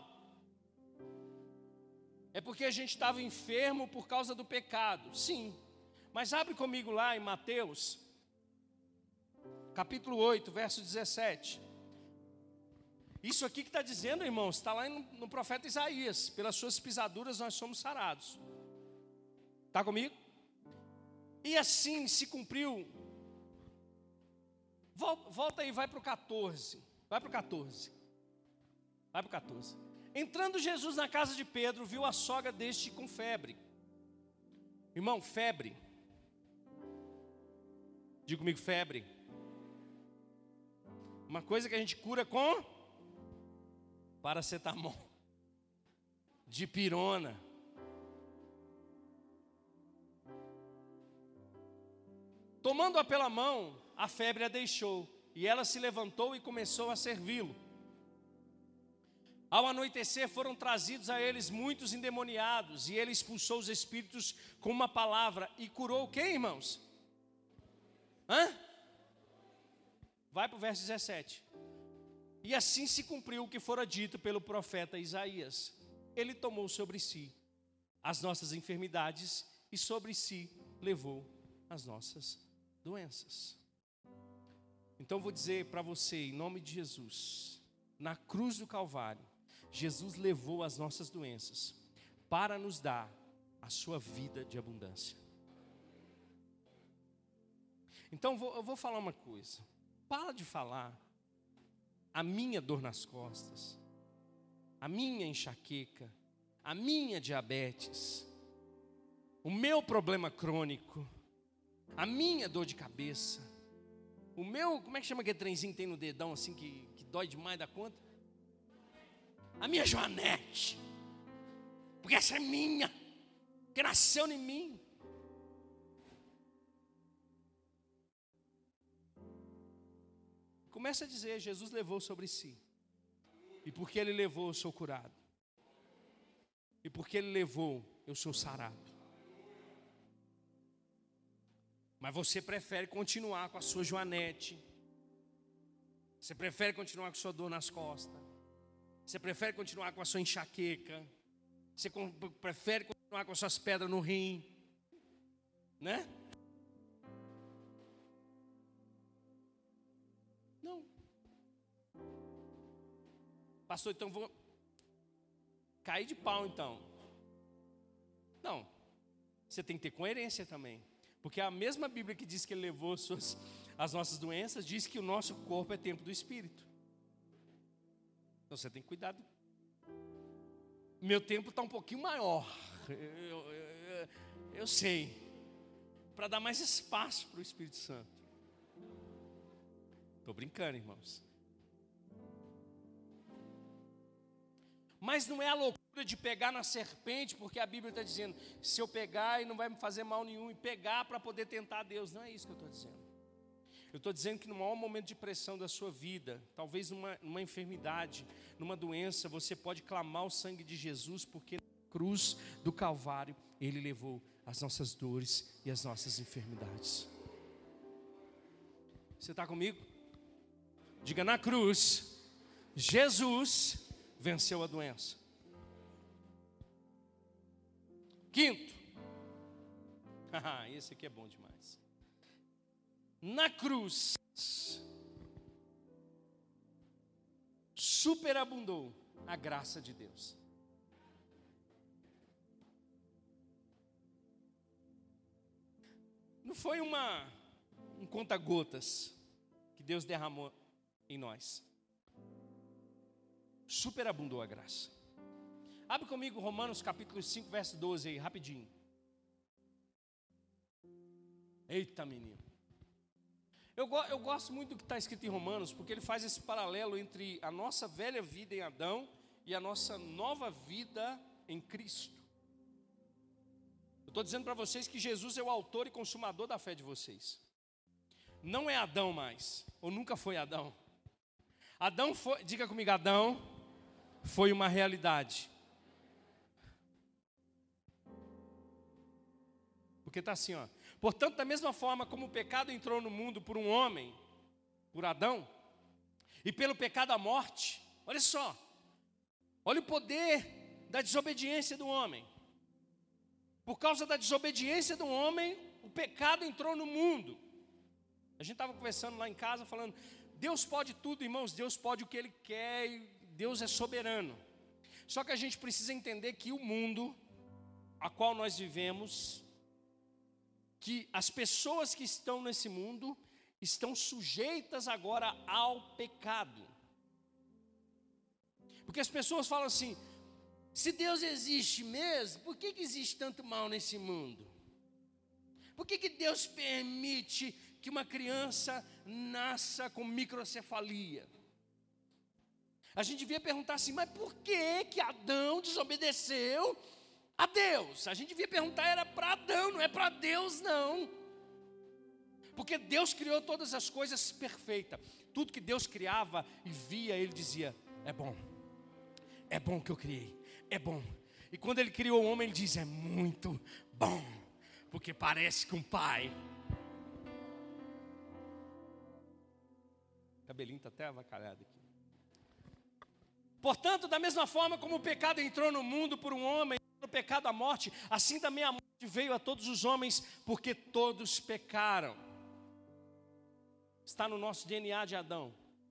É porque a gente estava enfermo por causa do pecado. Sim, mas abre comigo lá em Mateus, capítulo 8, verso 17. Isso aqui que está dizendo, irmãos, está lá no profeta Isaías: pelas suas pisaduras nós somos sarados. Está comigo? E assim se cumpriu. Volta aí, vai para o 14. Vai para o 14. Entrando Jesus na casa de Pedro, viu a sogra deste com febre. Irmão, febre. Diga comigo, febre. Uma coisa que a gente cura com paracetamol, dipirona. Tomando-a pela mão, a febre a deixou, e ela se levantou e começou a servi-lo. Ao anoitecer foram trazidos a eles muitos endemoniados, e ele expulsou os espíritos com uma palavra, e curou quem, irmãos? Vai para o verso 17. E assim se cumpriu o que fora dito pelo profeta Isaías: ele tomou sobre si as nossas enfermidades e sobre si levou as nossas doenças. Então vou dizer para você, em nome de Jesus, na cruz do Calvário, Jesus levou as nossas doenças para nos dar a sua vida de abundância. Então eu vou falar uma coisa: para de falar a minha dor nas costas, a minha enxaqueca, a minha diabetes, o meu problema crônico, a minha dor de cabeça, o meu, como é que chama aquele trenzinho que tem no dedão assim que dói demais da conta? A minha joanete, porque essa é minha, que nasceu em mim. Começa a dizer: Jesus levou sobre si, e porque ele levou eu sou curado, e porque ele levou eu sou sarado. Mas você prefere continuar com a sua joanete, você prefere continuar com a sua dor nas costas, você prefere continuar com a sua enxaqueca, você prefere continuar com suas pedras no rim, né? Não. Pastor, então vou cair de pau então. Não. Você tem que ter coerência também. Porque a mesma Bíblia que diz que Ele levou as nossas doenças, diz que o nosso corpo é templo do Espírito. Então você tem que cuidar. Meu templo está um pouquinho maior. Eu sei. Para dar mais espaço para o Espírito Santo. Estou brincando, irmãos. Mas não é a loucura de pegar na serpente, porque a Bíblia está dizendo, se eu pegar e não vai me fazer mal nenhum, e pegar para poder tentar Deus. Não é isso que eu estou dizendo. Eu estou dizendo que no maior momento de pressão da sua vida, talvez numa enfermidade, numa doença, você pode clamar o sangue de Jesus, porque na cruz do Calvário, Ele levou as nossas dores e as nossas enfermidades. Você está comigo? Diga, na cruz, Jesus venceu a doença. Quinto, esse aqui é bom demais. Na cruz, superabundou a graça de Deus. Não foi um conta-gotas que Deus derramou em nós. Superabundou a graça. Abre comigo Romanos capítulo 5, verso 12 aí, rapidinho. Eita, menino. Eu gosto muito do que está escrito em Romanos, porque ele faz esse paralelo entre a nossa velha vida em Adão e a nossa nova vida em Cristo. Eu estou dizendo para vocês que Jesus é o autor e consumador da fé de vocês. Não é Adão mais, ou nunca foi Adão. Adão foi, diga comigo, Adão foi uma realidade. Porque está assim, ó. Portanto, da mesma forma como o pecado entrou no mundo por um homem, por Adão, e pelo pecado a morte, olha só, olha o poder da desobediência do homem. Por causa da desobediência do homem, o pecado entrou no mundo. A gente estava conversando lá em casa, falando, Deus pode tudo, irmãos, Deus pode o que Ele quer, e Deus é soberano. Só que a gente precisa entender que o mundo a qual nós vivemos, que as pessoas que estão nesse mundo estão sujeitas agora ao pecado. Porque as pessoas falam assim, se Deus existe mesmo, por que existe tanto mal nesse mundo? Por que Deus permite que uma criança nasça com microcefalia? A gente devia perguntar assim, mas por que Adão desobedeceu a Deus? A gente devia perguntar, era para Adão, não é para Deus não. Porque Deus criou todas as coisas perfeitas. Tudo que Deus criava e via, Ele dizia, é bom que eu criei, é bom. E quando Ele criou o homem, Ele diz, é muito bom, porque parece com o pai. O cabelinho está até avacalhado aqui. Portanto, da mesma forma como o pecado entrou no mundo por um homem, no pecado a morte, assim também a morte veio a todos os homens, porque todos pecaram. Está no nosso DNA de Adão.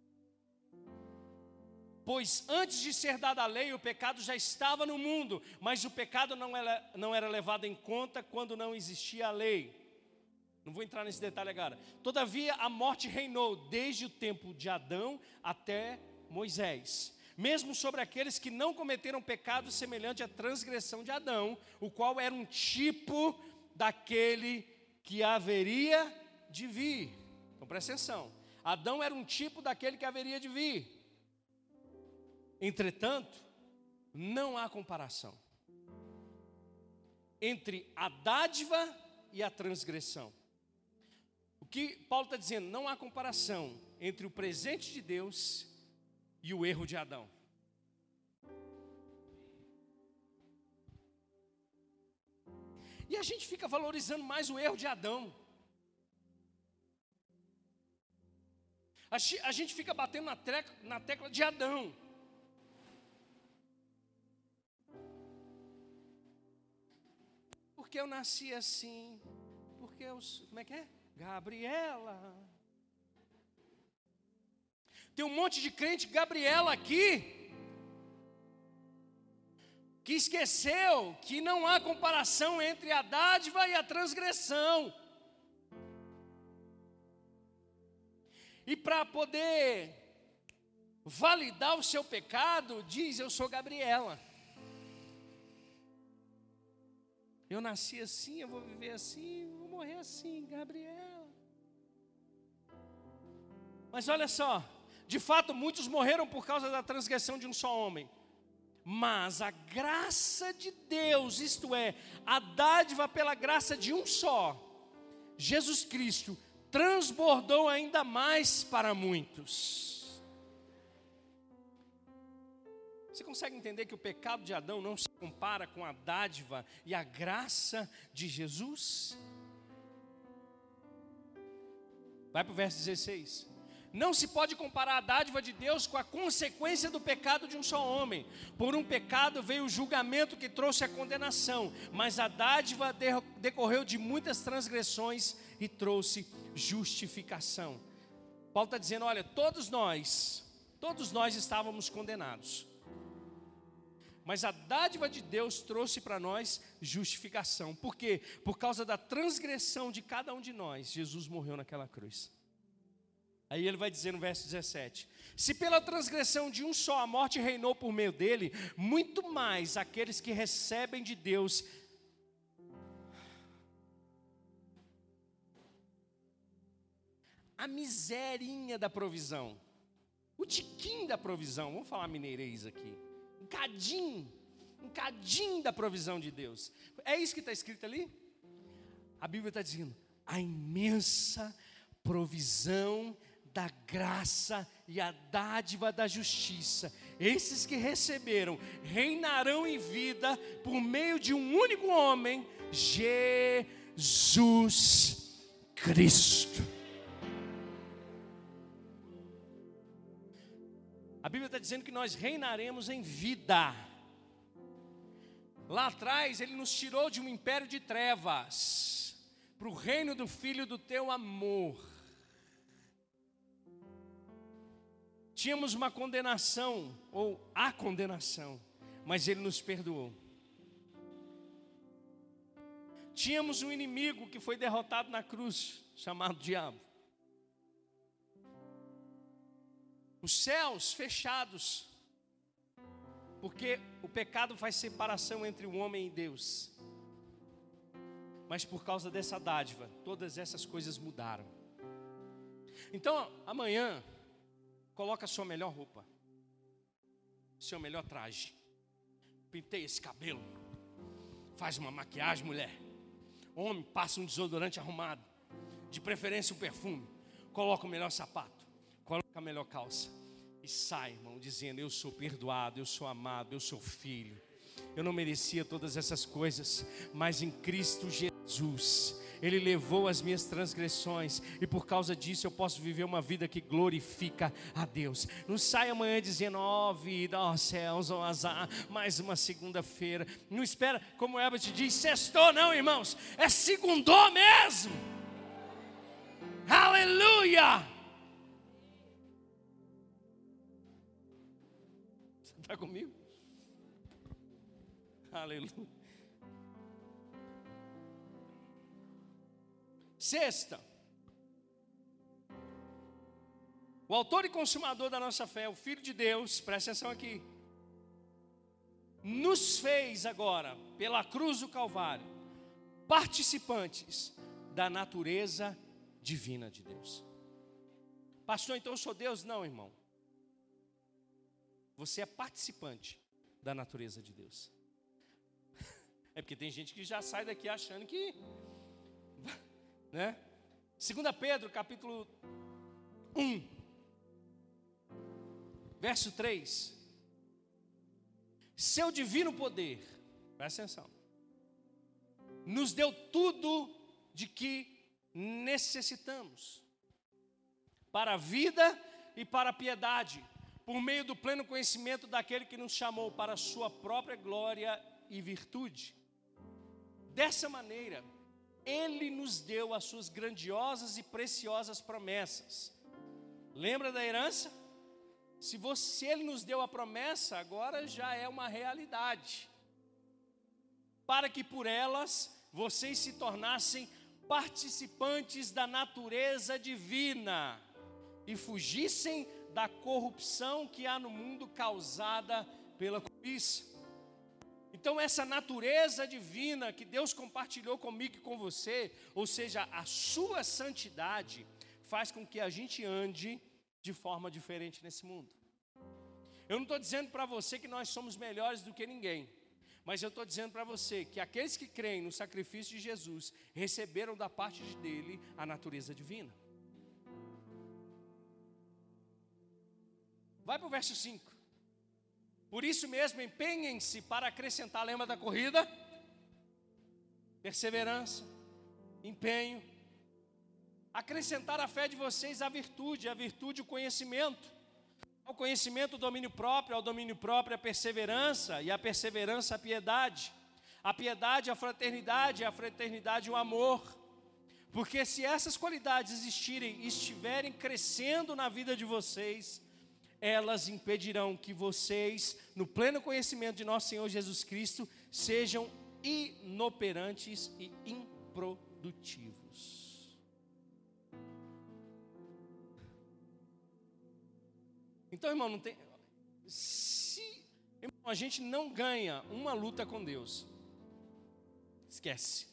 Pois antes de ser dada a lei, o pecado já estava no mundo, mas o pecado não era levado em conta quando não existia a lei. Não vou entrar nesse detalhe agora. Todavia, a morte reinou desde o tempo de Adão até Moisés. Mesmo sobre aqueles que não cometeram pecado semelhante à transgressão de Adão, o qual era um tipo daquele que haveria de vir. Então presta atenção, Adão era um tipo daquele que haveria de vir. Entretanto, não há comparação entre a dádiva e a transgressão. O que Paulo está dizendo? Não há comparação entre o presente de Deus e o erro de Adão. E a gente fica valorizando mais o erro de Adão. A gente fica batendo na tecla de Adão. porque eu nasci assim, porque eu... Como é que é? Gabriela. Tem um monte de crente Gabriela aqui, que esqueceu que não há comparação entre a dádiva e a transgressão. E para poder validar o seu pecado, diz: eu sou Gabriela. Eu nasci assim, eu vou viver assim, vou morrer assim, Gabriela. Mas olha só, de fato muitos morreram por causa da transgressão de um só homem. Mas a graça de Deus, isto é, a dádiva pela graça de um só, Jesus Cristo, transbordou ainda mais para muitos. Você consegue entender que o pecado de Adão não se compara com a dádiva e a graça de Jesus? Vai para o verso 16. Não se pode comparar a dádiva de Deus com a consequência do pecado de um só homem. Por um pecado veio o julgamento que trouxe a condenação, mas a dádiva decorreu de muitas transgressões e trouxe justificação. Paulo está dizendo: olha, todos nós estávamos condenados, mas a dádiva de Deus trouxe para nós justificação. Por quê? Por causa da transgressão de cada um de nós, Jesus morreu naquela cruz. Aí ele vai dizer no verso 17: se pela transgressão de um só a morte reinou por meio dele, muito mais aqueles que recebem de Deus a miserinha da provisão, o tiquinho da provisão, vamos falar mineirês aqui, um cadinho da provisão de Deus. É isso que está escrito ali? A Bíblia está dizendo: a imensa provisão da graça e a dádiva da justiça. Esses que receberam reinarão em vida por meio de um único homem, Jesus Cristo. A Bíblia está dizendo que nós reinaremos em vida. Lá atrás ele nos tirou de um império de trevas para o reino do Filho do teu amor. Tínhamos uma condenação, ou a condenação, mas ele nos perdoou. Tínhamos um inimigo que foi derrotado na cruz, chamado diabo. Os céus fechados, porque o pecado faz separação entre o homem e Deus. Mas por causa dessa dádiva, todas essas coisas mudaram. Então, amanhã, coloca a sua melhor roupa, seu melhor traje, penteia esse cabelo, faz uma maquiagem, mulher. Homem, passa um desodorante arrumado, de preferência um perfume, coloca o melhor sapato, coloca a melhor calça e sai, irmão, dizendo: eu sou perdoado, eu sou amado, eu sou filho. Eu não merecia todas essas coisas, mas em Cristo Jesus Ele levou as minhas transgressões, e por causa disso eu posso viver uma vida que glorifica a Deus. Não sai amanhã dizendo: ó vida, ó céus, ó azar, mais uma segunda-feira. Não espera, como o Herbert diz, sextou não, irmãos, é segundou mesmo. Aleluia! Você está comigo? Aleluia. Sexta, o autor e consumador da nossa fé, o Filho de Deus, presta atenção aqui, nos fez agora, pela cruz do Calvário, participantes da natureza divina de Deus. Pastor, então eu sou Deus? Não, irmão. Você é participante da natureza de Deus. É porque tem gente que já sai daqui achando que... né? 2 Pedro capítulo 1 verso 3: seu divino poder, presta atenção, nos deu tudo de que necessitamos para a vida e para a piedade, por meio do pleno conhecimento daquele que nos chamou para a sua própria glória e virtude, Dessa maneira, Ele nos deu as suas grandiosas e preciosas promessas. Lembra da herança? Se Ele nos deu a promessa, agora já é uma realidade. Para que por elas vocês se tornassem participantes da natureza divina e fugissem da corrupção que há no mundo causada pela cobiça. Então essa natureza divina que Deus compartilhou comigo e com você, ou seja, a sua santidade, faz com que a gente ande de forma diferente nesse mundo. Eu não estou dizendo para você que nós somos melhores do que ninguém, mas eu estou dizendo para você que aqueles que creem no sacrifício de Jesus receberam da parte dele a natureza divina. Vai para o verso 5. Por isso mesmo, empenhem-se para acrescentar, lembra da corrida? Perseverança, empenho. Acrescentar à fé de vocês a virtude o conhecimento. Ao conhecimento, o domínio próprio, ao domínio próprio, a perseverança, e a perseverança, a piedade, a fraternidade, o amor. Porque se essas qualidades existirem e estiverem crescendo na vida de vocês, elas impedirão que vocês, no pleno conhecimento de nosso Senhor Jesus Cristo, sejam inoperantes e improdutivos. Então, irmão, irmão, a gente não ganha uma luta com Deus, esquece.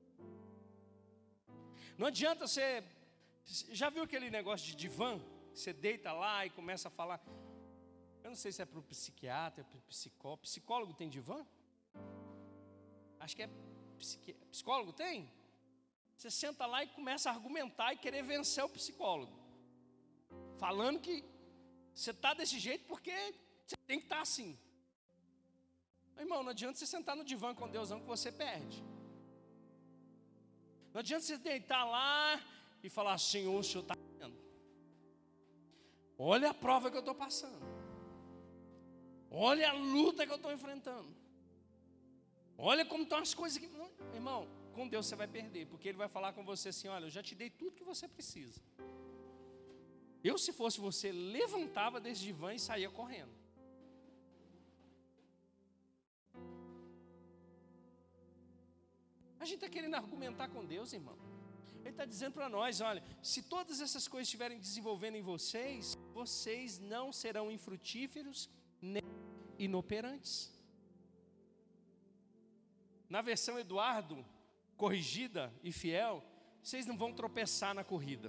Não adianta você, já viu aquele negócio de divã? Você deita lá e começa a falar. Eu não sei se é para o psiquiatra, para o psicólogo. Psicólogo tem divã? Acho que é psicólogo tem? Você senta lá e começa a argumentar e querer vencer o psicólogo, falando que você está desse jeito porque você tem que estar assim. Irmão, não adianta você sentar no divã com Deus não, que você perde. Não adianta você deitar lá e falar: Senhor, o Senhor está vendo? Olha a prova que eu estou passando. Olha a luta que eu estou enfrentando. Olha como estão as coisas que... Não, irmão, com Deus você vai perder, porque Ele vai falar com você assim: olha, eu já te dei tudo que você precisa. Eu, se fosse você, levantava desse divã e saía correndo. A gente está querendo argumentar com Deus, irmão. Ele está dizendo para nós: olha, se todas essas coisas estiverem desenvolvendo em vocês, vocês não serão infrutíferos nem inoperantes. Na versão Eduardo, corrigida e fiel, vocês não vão tropeçar na corrida.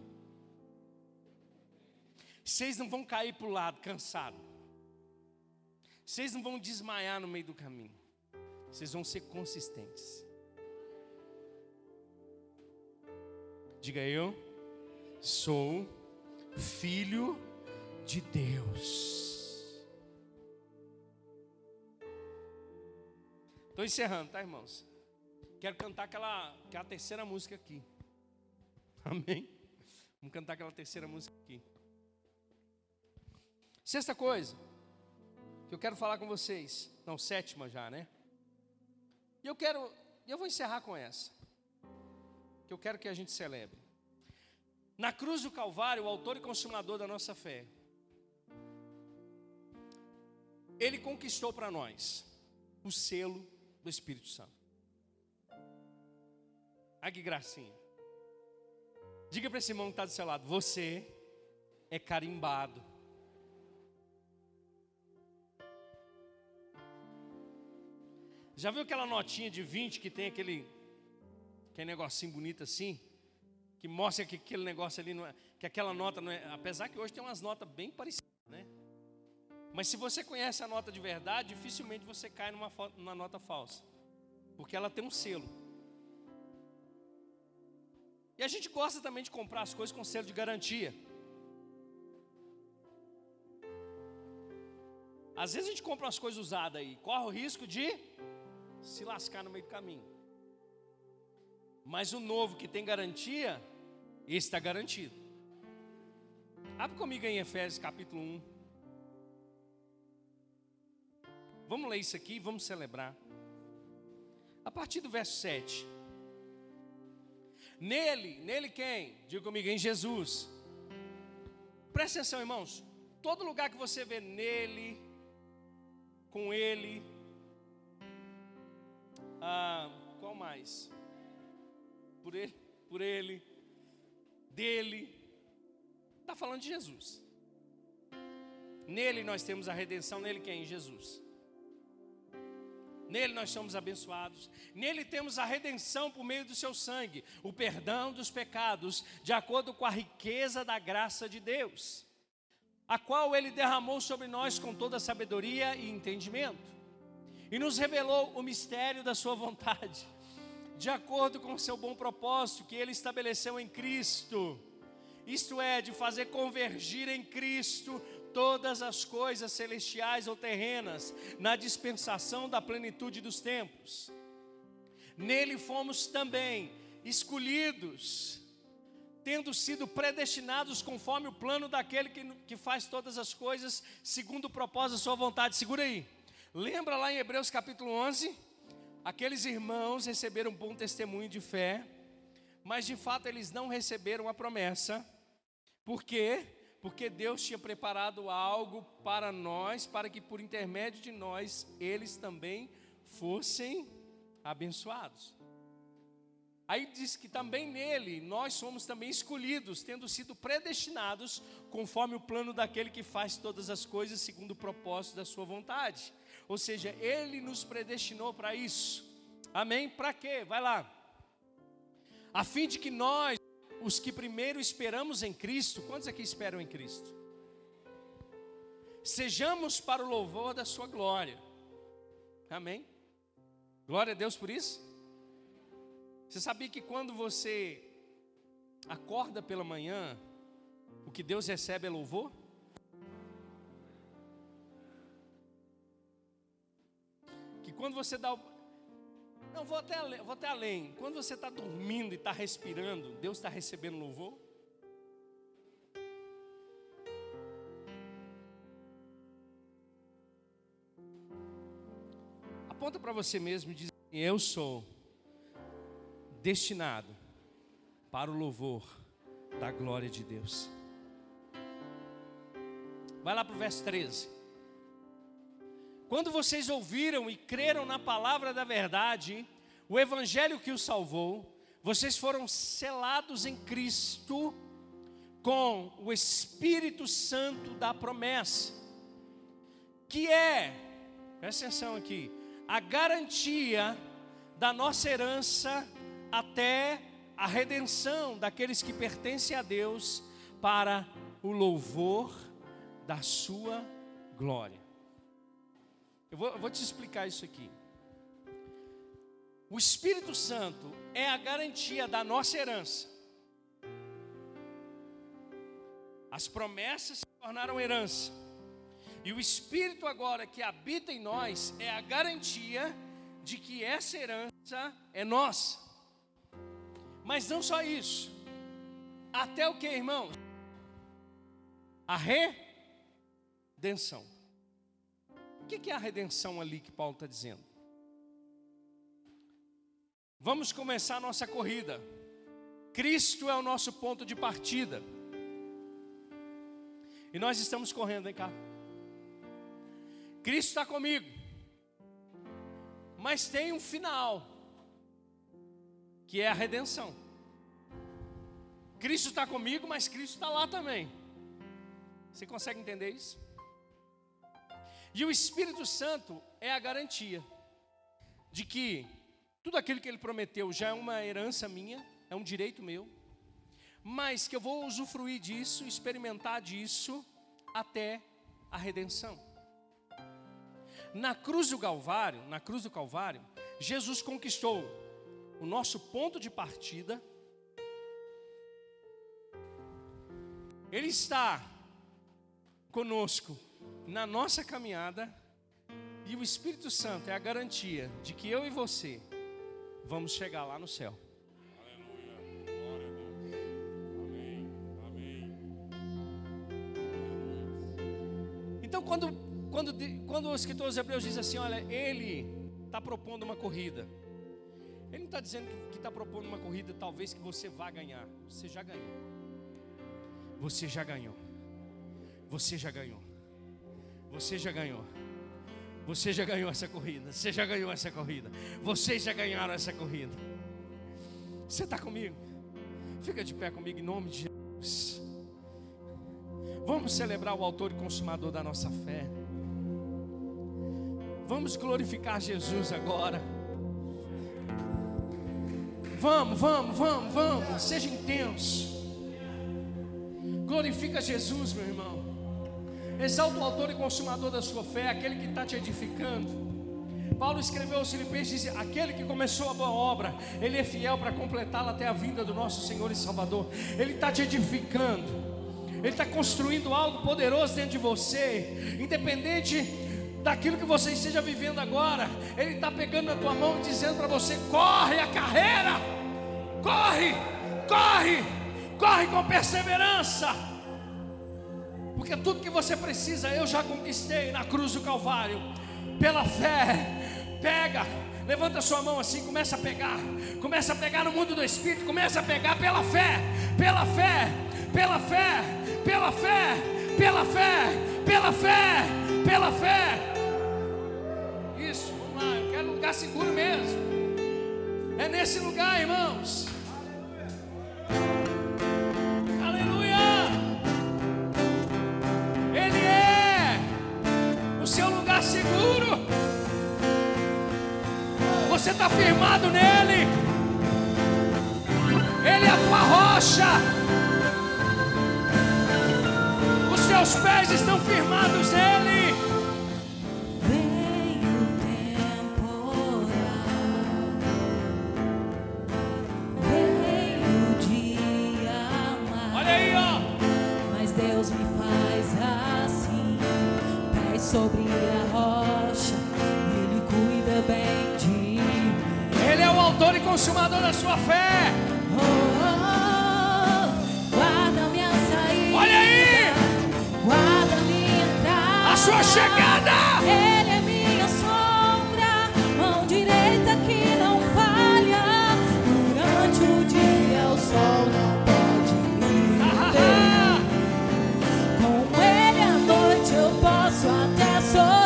Vocês não vão cair para o lado cansado. Vocês não vão desmaiar no meio do caminho. Vocês vão ser consistentes. Diga: eu sou filho de Deus. Estou encerrando, tá, irmãos? Quero cantar aquela terceira música aqui. Amém? Vamos cantar aquela terceira música aqui. Sexta coisa que eu quero falar com vocês. Não, sétima já, né? E eu vou encerrar com essa, que eu quero que a gente celebre. Na cruz do Calvário, o autor e consumador da nossa fé, Ele conquistou para nós o selo do Espírito Santo. Ai, que gracinha. Diga para esse irmão que está do seu lado: você é carimbado. Já viu aquela notinha de 20 que tem aquele negocinho bonito assim? Que mostra que aquele negócio ali não é, que aquela nota não é, apesar que hoje tem umas notas bem parecidas, né? Mas se você conhece a nota de verdade, dificilmente você cai numa nota falsa, porque ela tem um selo. E a gente gosta também de comprar as coisas com selo de garantia. Às vezes a gente compra umas coisas usadas aí, corre o risco de se lascar no meio do caminho. Mas o novo que tem garantia, esse está garantido. Abre comigo em Efésios capítulo 1. Vamos ler isso aqui e vamos celebrar. a partir do verso 7. Nele quem? Diga comigo, em Jesus. Presta atenção, irmãos. Todo lugar que você vê nele, com ele, qual mais? Por ele, dele, está falando de Jesus. Nele nós temos a redenção, nele quem? Jesus. Nele nós somos abençoados. Nele temos a redenção por meio do seu sangue, o perdão dos pecados, de acordo com a riqueza da graça de Deus, a qual ele derramou sobre nós com toda sabedoria e entendimento, e nos revelou o mistério da sua vontade, de acordo com o seu bom propósito que ele estabeleceu em Cristo, isto é, de fazer convergir em Cristo todas as coisas celestiais ou terrenas, na dispensação da plenitude dos tempos. Nele fomos também escolhidos, tendo sido predestinados conforme o plano daquele que faz todas as coisas, segundo o propósito da sua vontade. Segura aí. Lembra lá em Hebreus capítulo 11? Aqueles irmãos receberam um bom testemunho de fé, mas de fato eles não receberam a promessa. Por quê? Porque Deus tinha preparado algo para nós, para que por intermédio de nós, eles também fossem abençoados. Aí diz que também nele, nós somos também escolhidos, tendo sido predestinados, conforme o plano daquele que faz todas as coisas, segundo o propósito da sua vontade. Ou seja, ele nos predestinou para isso. Amém? Para quê? Vai lá. A fim de que nós, os que primeiro esperamos em Cristo, quantos aqui esperam em Cristo? Sejamos para o louvor da sua glória. Amém? Glória a Deus por isso. Você sabia que quando você acorda pela manhã, o que Deus recebe é louvor? Que quando você dá o... Não, vou até além. Quando você está dormindo e está respirando, Deus está recebendo louvor? Aponta para você mesmo e diz assim: eu sou destinado para o louvor da glória de Deus. Vai lá para o verso 13. Quando vocês ouviram e creram na palavra da verdade, o evangelho que os salvou, vocês foram selados em Cristo com o Espírito Santo da promessa, que é, presta atenção aqui, a garantia da nossa herança até a redenção daqueles que pertencem a Deus, para o louvor da sua glória. Eu vou te explicar isso aqui. O Espírito Santo é a garantia da nossa herança. As promessas se tornaram herança. E o Espírito agora que habita em nós é a garantia de que essa herança é nossa. Mas não só isso. Até o que, irmãos? A redenção. O que é a redenção ali que Paulo está dizendo? Vamos começar a nossa corrida. Cristo é o nosso ponto de partida. E nós estamos correndo, vem cá. Cristo está comigo. Mas tem um final, que é a redenção. Cristo está comigo, mas Cristo está lá também. Você consegue entender isso? E o Espírito Santo é a garantia de que tudo aquilo que Ele prometeu já é uma herança minha, é um direito meu, mas que eu vou usufruir disso, experimentar disso até a redenção. Na cruz do Calvário, Jesus conquistou o nosso ponto de partida. Ele está conosco na nossa caminhada, e o Espírito Santo é a garantia de que eu e você vamos chegar lá no céu. Aleluia, glória a Deus. Amém, amém. Então quando o escritor aos Hebreus diz assim, olha, ele está propondo uma corrida, Ele não está dizendo que está propondo uma corrida talvez que você vá ganhar. Você já ganhou. Você já ganhou. Você já ganhou. Você já ganhou. Você já ganhou essa corrida. Você já ganhou essa corrida. Vocês já ganharam essa corrida. Você está comigo? Fica de pé comigo em nome de Jesus. Vamos celebrar o autor e consumador da nossa fé. Vamos glorificar Jesus agora. Vamos. Seja intenso. Glorifica Jesus, meu irmão. Exalta o autor e consumador da sua fé, aquele que está te edificando. Paulo escreveu aos Filipenses: aquele que começou a boa obra, Ele é fiel para completá-la até a vinda do nosso Senhor e Salvador. Ele está te edificando. Ele está construindo algo poderoso dentro de você. Independente daquilo que você esteja vivendo agora, Ele está pegando na tua mão e dizendo para você: corre a carreira. Corre com perseverança. Porque tudo que você precisa eu já conquistei na cruz do Calvário. Pela fé. Pega, levanta sua mão assim, começa a pegar no mundo do Espírito, começa a pegar pela fé. Isso, vamos lá, eu quero um lugar seguro mesmo. É nesse lugar, irmãos. Aleluia. Ele é o seu lugar seguro. Você está firmado nele. Ele é a tua rocha. Os seus pés estão firmados nele. Veio o temporal, veio o dia mau. Olha aí, ó. Mas Deus me faz assim, pés sobre a rocha, Ele cuida bem de mim. Ele é o autor e consumador da sua fé. Guarda minha saída, Olha aí, guarda minha entrada, a sua chegada. Ele é minha sombra, mão direita que não falha. Durante o dia o sol não pode me ver. Com Ele à noite eu posso até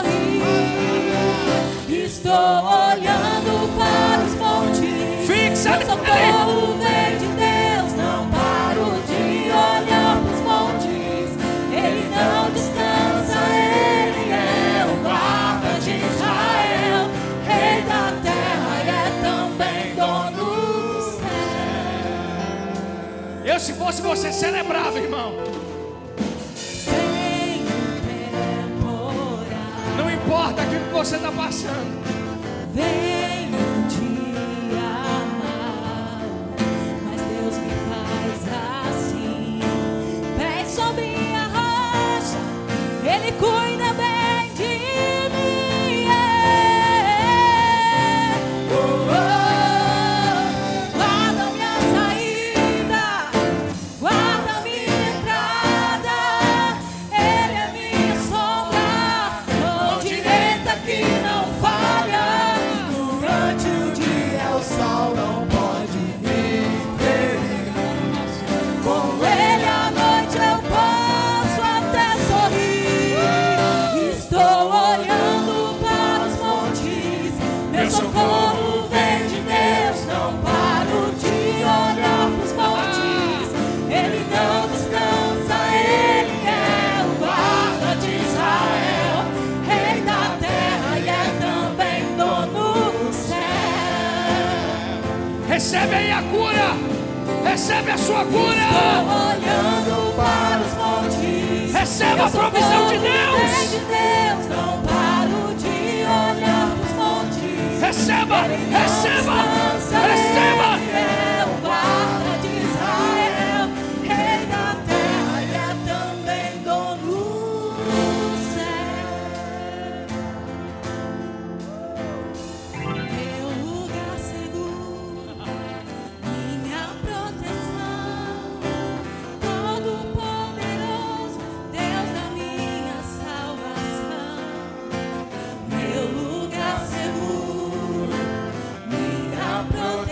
sorrir. Estou olhando para os montes. Fixa Meu socorro vem de Deus. Não paro de olhar para os montes. Ele não descansa, Ele é o guarda de Israel, Rei da terra e é também dono do céu. Eu, se fosse você, celebrava, irmão. Vem o temporal, Não importa aquilo que você está passando. vem o dia mau, mas Deus me faz assim, pés sobre a rocha, Ele cuida bem de mim. Guarda minha saída, guarda minha entrada, Ele é minha sombra, mão direita que não falha. Durante o dia o sol não pode me ferir. Com Ele à noite eu posso até sorrir. Estou olhando para os montes, meu socorro vem de Deus. Não paro de olhar para os montes. Ele não descansa, Ele é o guarda de Israel, Rei da terra e é também dono do céu. Recebe aí a cura. Recebe a sua cura. Estou olhando para os montes. Receba a provisão de Deus. Vem de Deus. Não paro de olhar para os montes. Receba, Ele não receba, descansa, receba. Ele é o guarda de Israel, Rei da terra e é também dono do céu. Meu lugar seguro, minha proteção, todo poderoso, Deus da minha salvação. Meu lugar seguro, minha proteção.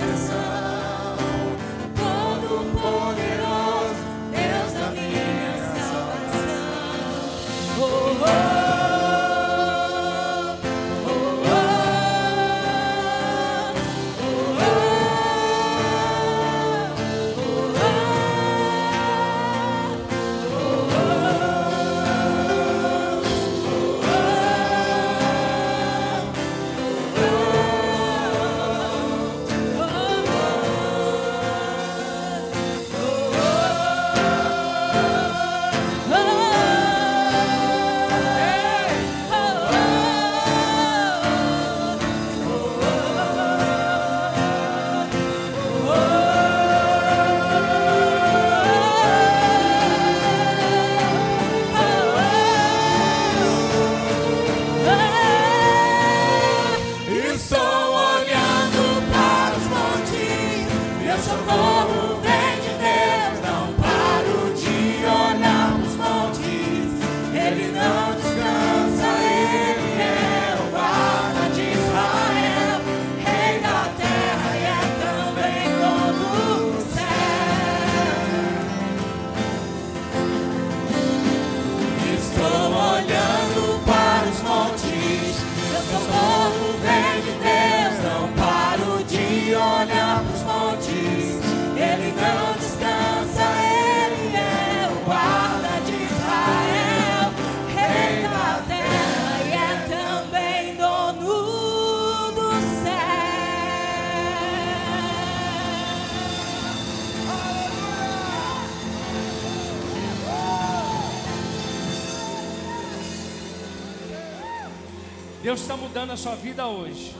Deus está mudando a sua vida hoje.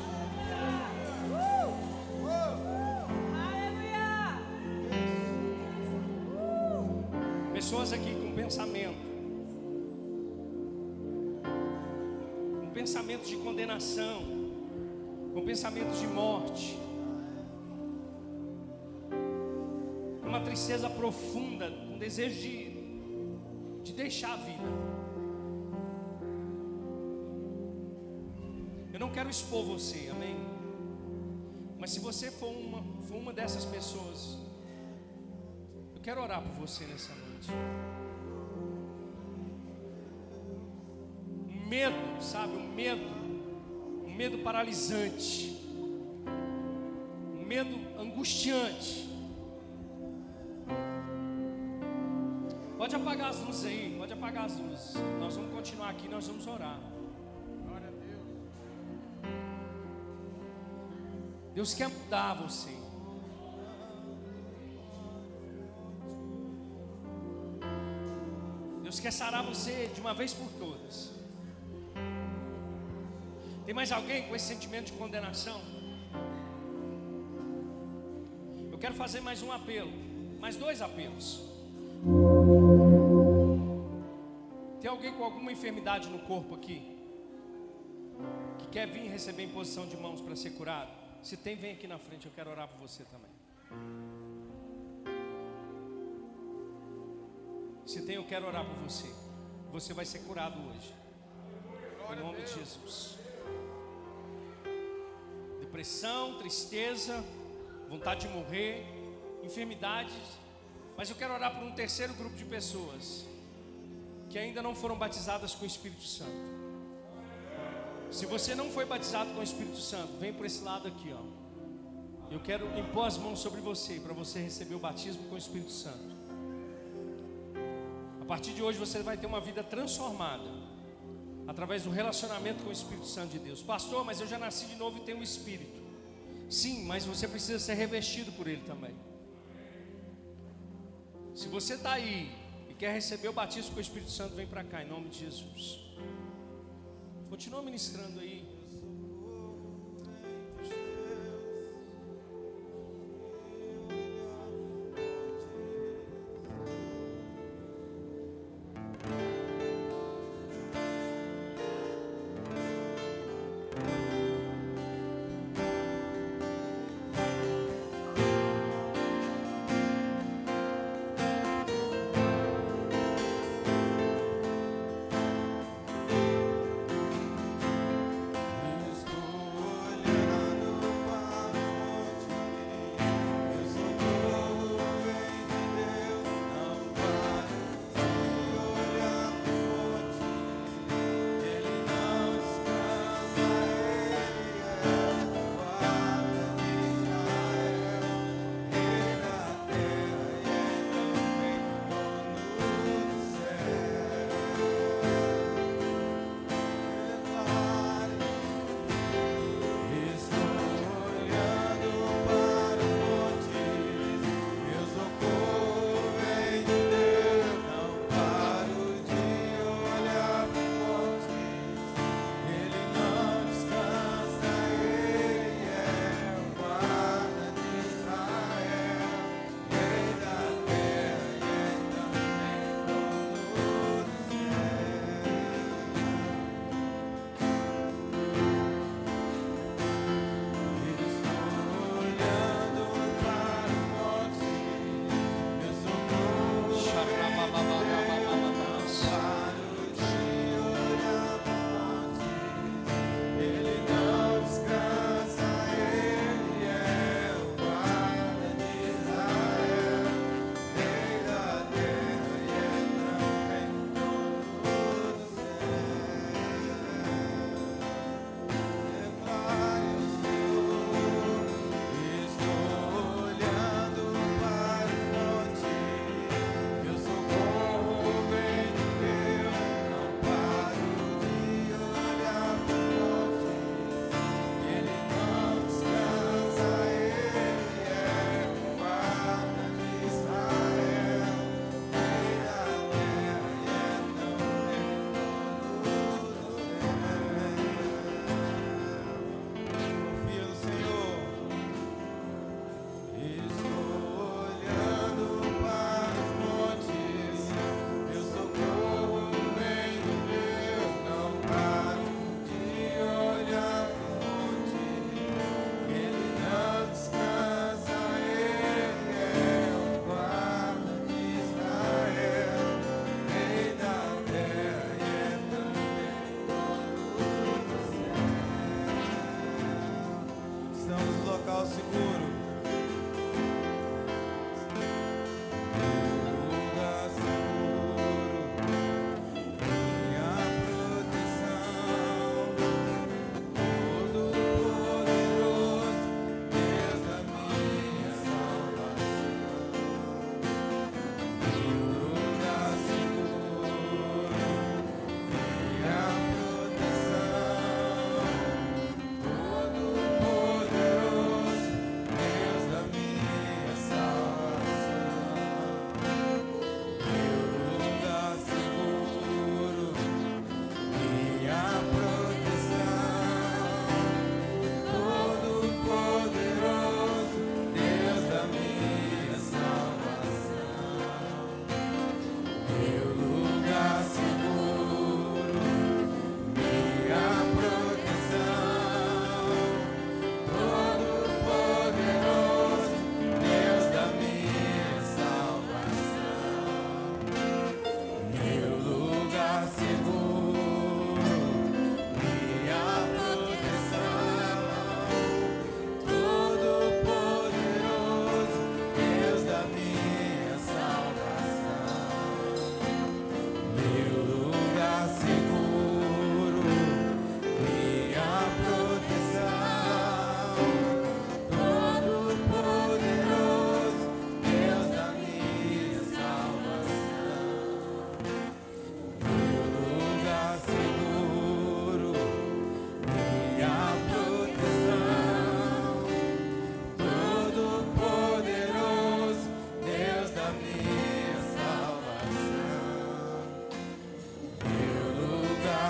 Pessoas aqui com pensamentos de condenação, com pensamentos de morte, uma tristeza profunda, um desejo de deixar a vida. Eu não quero expor você, amém? Mas se você for uma dessas pessoas, eu quero orar por você nessa noite. Um medo, sabe? Um medo paralisante, um medo angustiante. Pode apagar as luzes aí, pode apagar as luzes. Nós vamos continuar aqui, nós vamos orar. Glória a Deus. Deus quer mudar você. Deus quer sarar você de uma vez por todas. Tem mais alguém com esse sentimento de condenação? Eu quero fazer mais um apelo, mais 2 apelos. Tem alguém com alguma enfermidade no corpo aqui, que quer vir receber imposição de mãos para ser curado? Se tem, vem aqui na frente, eu quero orar por você também. Se tem, eu quero orar por você. Você vai ser curado hoje, em nome de Jesus. Depressão, tristeza, vontade de morrer, enfermidades. Mas eu quero orar por um terceiro grupo de pessoas que ainda não foram batizadas com o Espírito Santo. Se você não foi batizado com o Espírito Santo, vem por esse lado aqui, ó. Eu quero impor as mãos sobre você, para você receber o batismo com o Espírito Santo. A partir de hoje você vai ter uma vida transformada, através do relacionamento com o Espírito Santo de Deus. Pastor, mas eu já nasci de novo e tenho o Espírito. Sim, mas você precisa ser revestido por Ele também. Se você está aí e quer receber o batismo com o Espírito Santo, vem para cá, em nome de Jesus. Continua ministrando aí.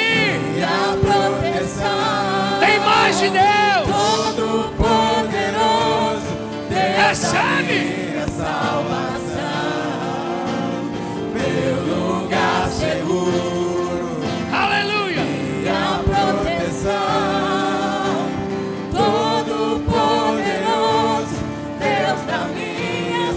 minha proteção. Tem mais de Deus. Todo poderoso, Deus da Recebe. minha salvação, meu lugar seguro, Aleluia. Minha proteção, todo poderoso, Deus da minha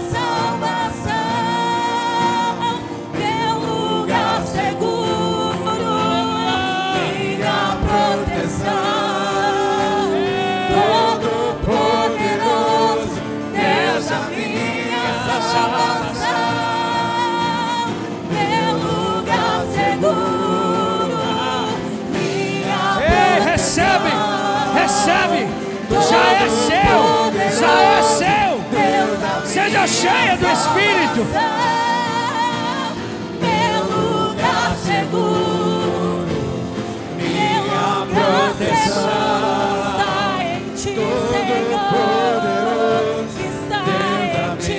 salvação, meu lugar seguro, minha proteção, todo poderoso, Deus da minha salvação, meu lugar seguro, minha Ei, recebe. Recebe. Já é seu. Já é seu. Seja cheia do Espírito. Meu lugar seguro, minha proteção está em ti, Senhor. Está em ti,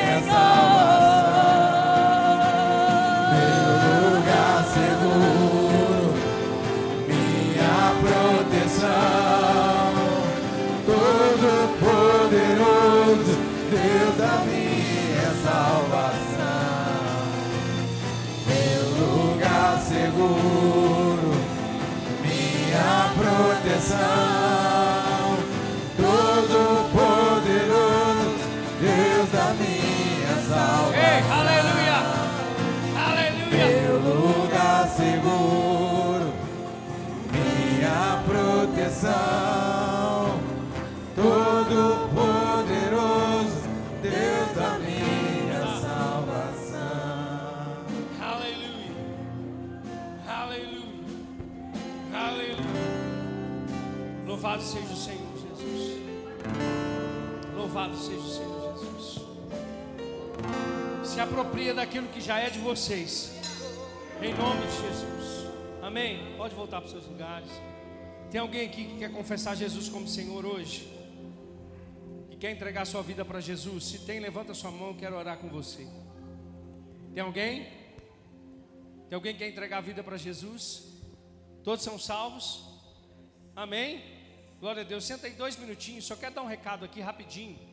Senhor. lugar seguro, minha proteção, todo poderoso, Deus da minha salvação, meu lugar seguro, minha proteção, todo poderoso, Deus da minha salvação. Ei, aleluia. Aleluia. Meu lugar seguro, minha proteção, todo poderoso, Deus da minha salvação. Aleluia. Aleluia. Aleluia. Louvado seja o Senhor Jesus. Louvado seja o Senhor Jesus. Se apropria daquilo que já é de vocês. Em nome de Jesus. Amém. Pode voltar para os seus lugares. Tem alguém aqui que quer confessar Jesus como Senhor hoje? Que quer entregar sua vida para Jesus? Se tem, levanta sua mão, quero orar com você. Tem alguém? Tem alguém que quer entregar a vida para Jesus? Todos são salvos? Amém? Glória a Deus. Senta aí 2 minutinhos, só quero dar um recado aqui rapidinho.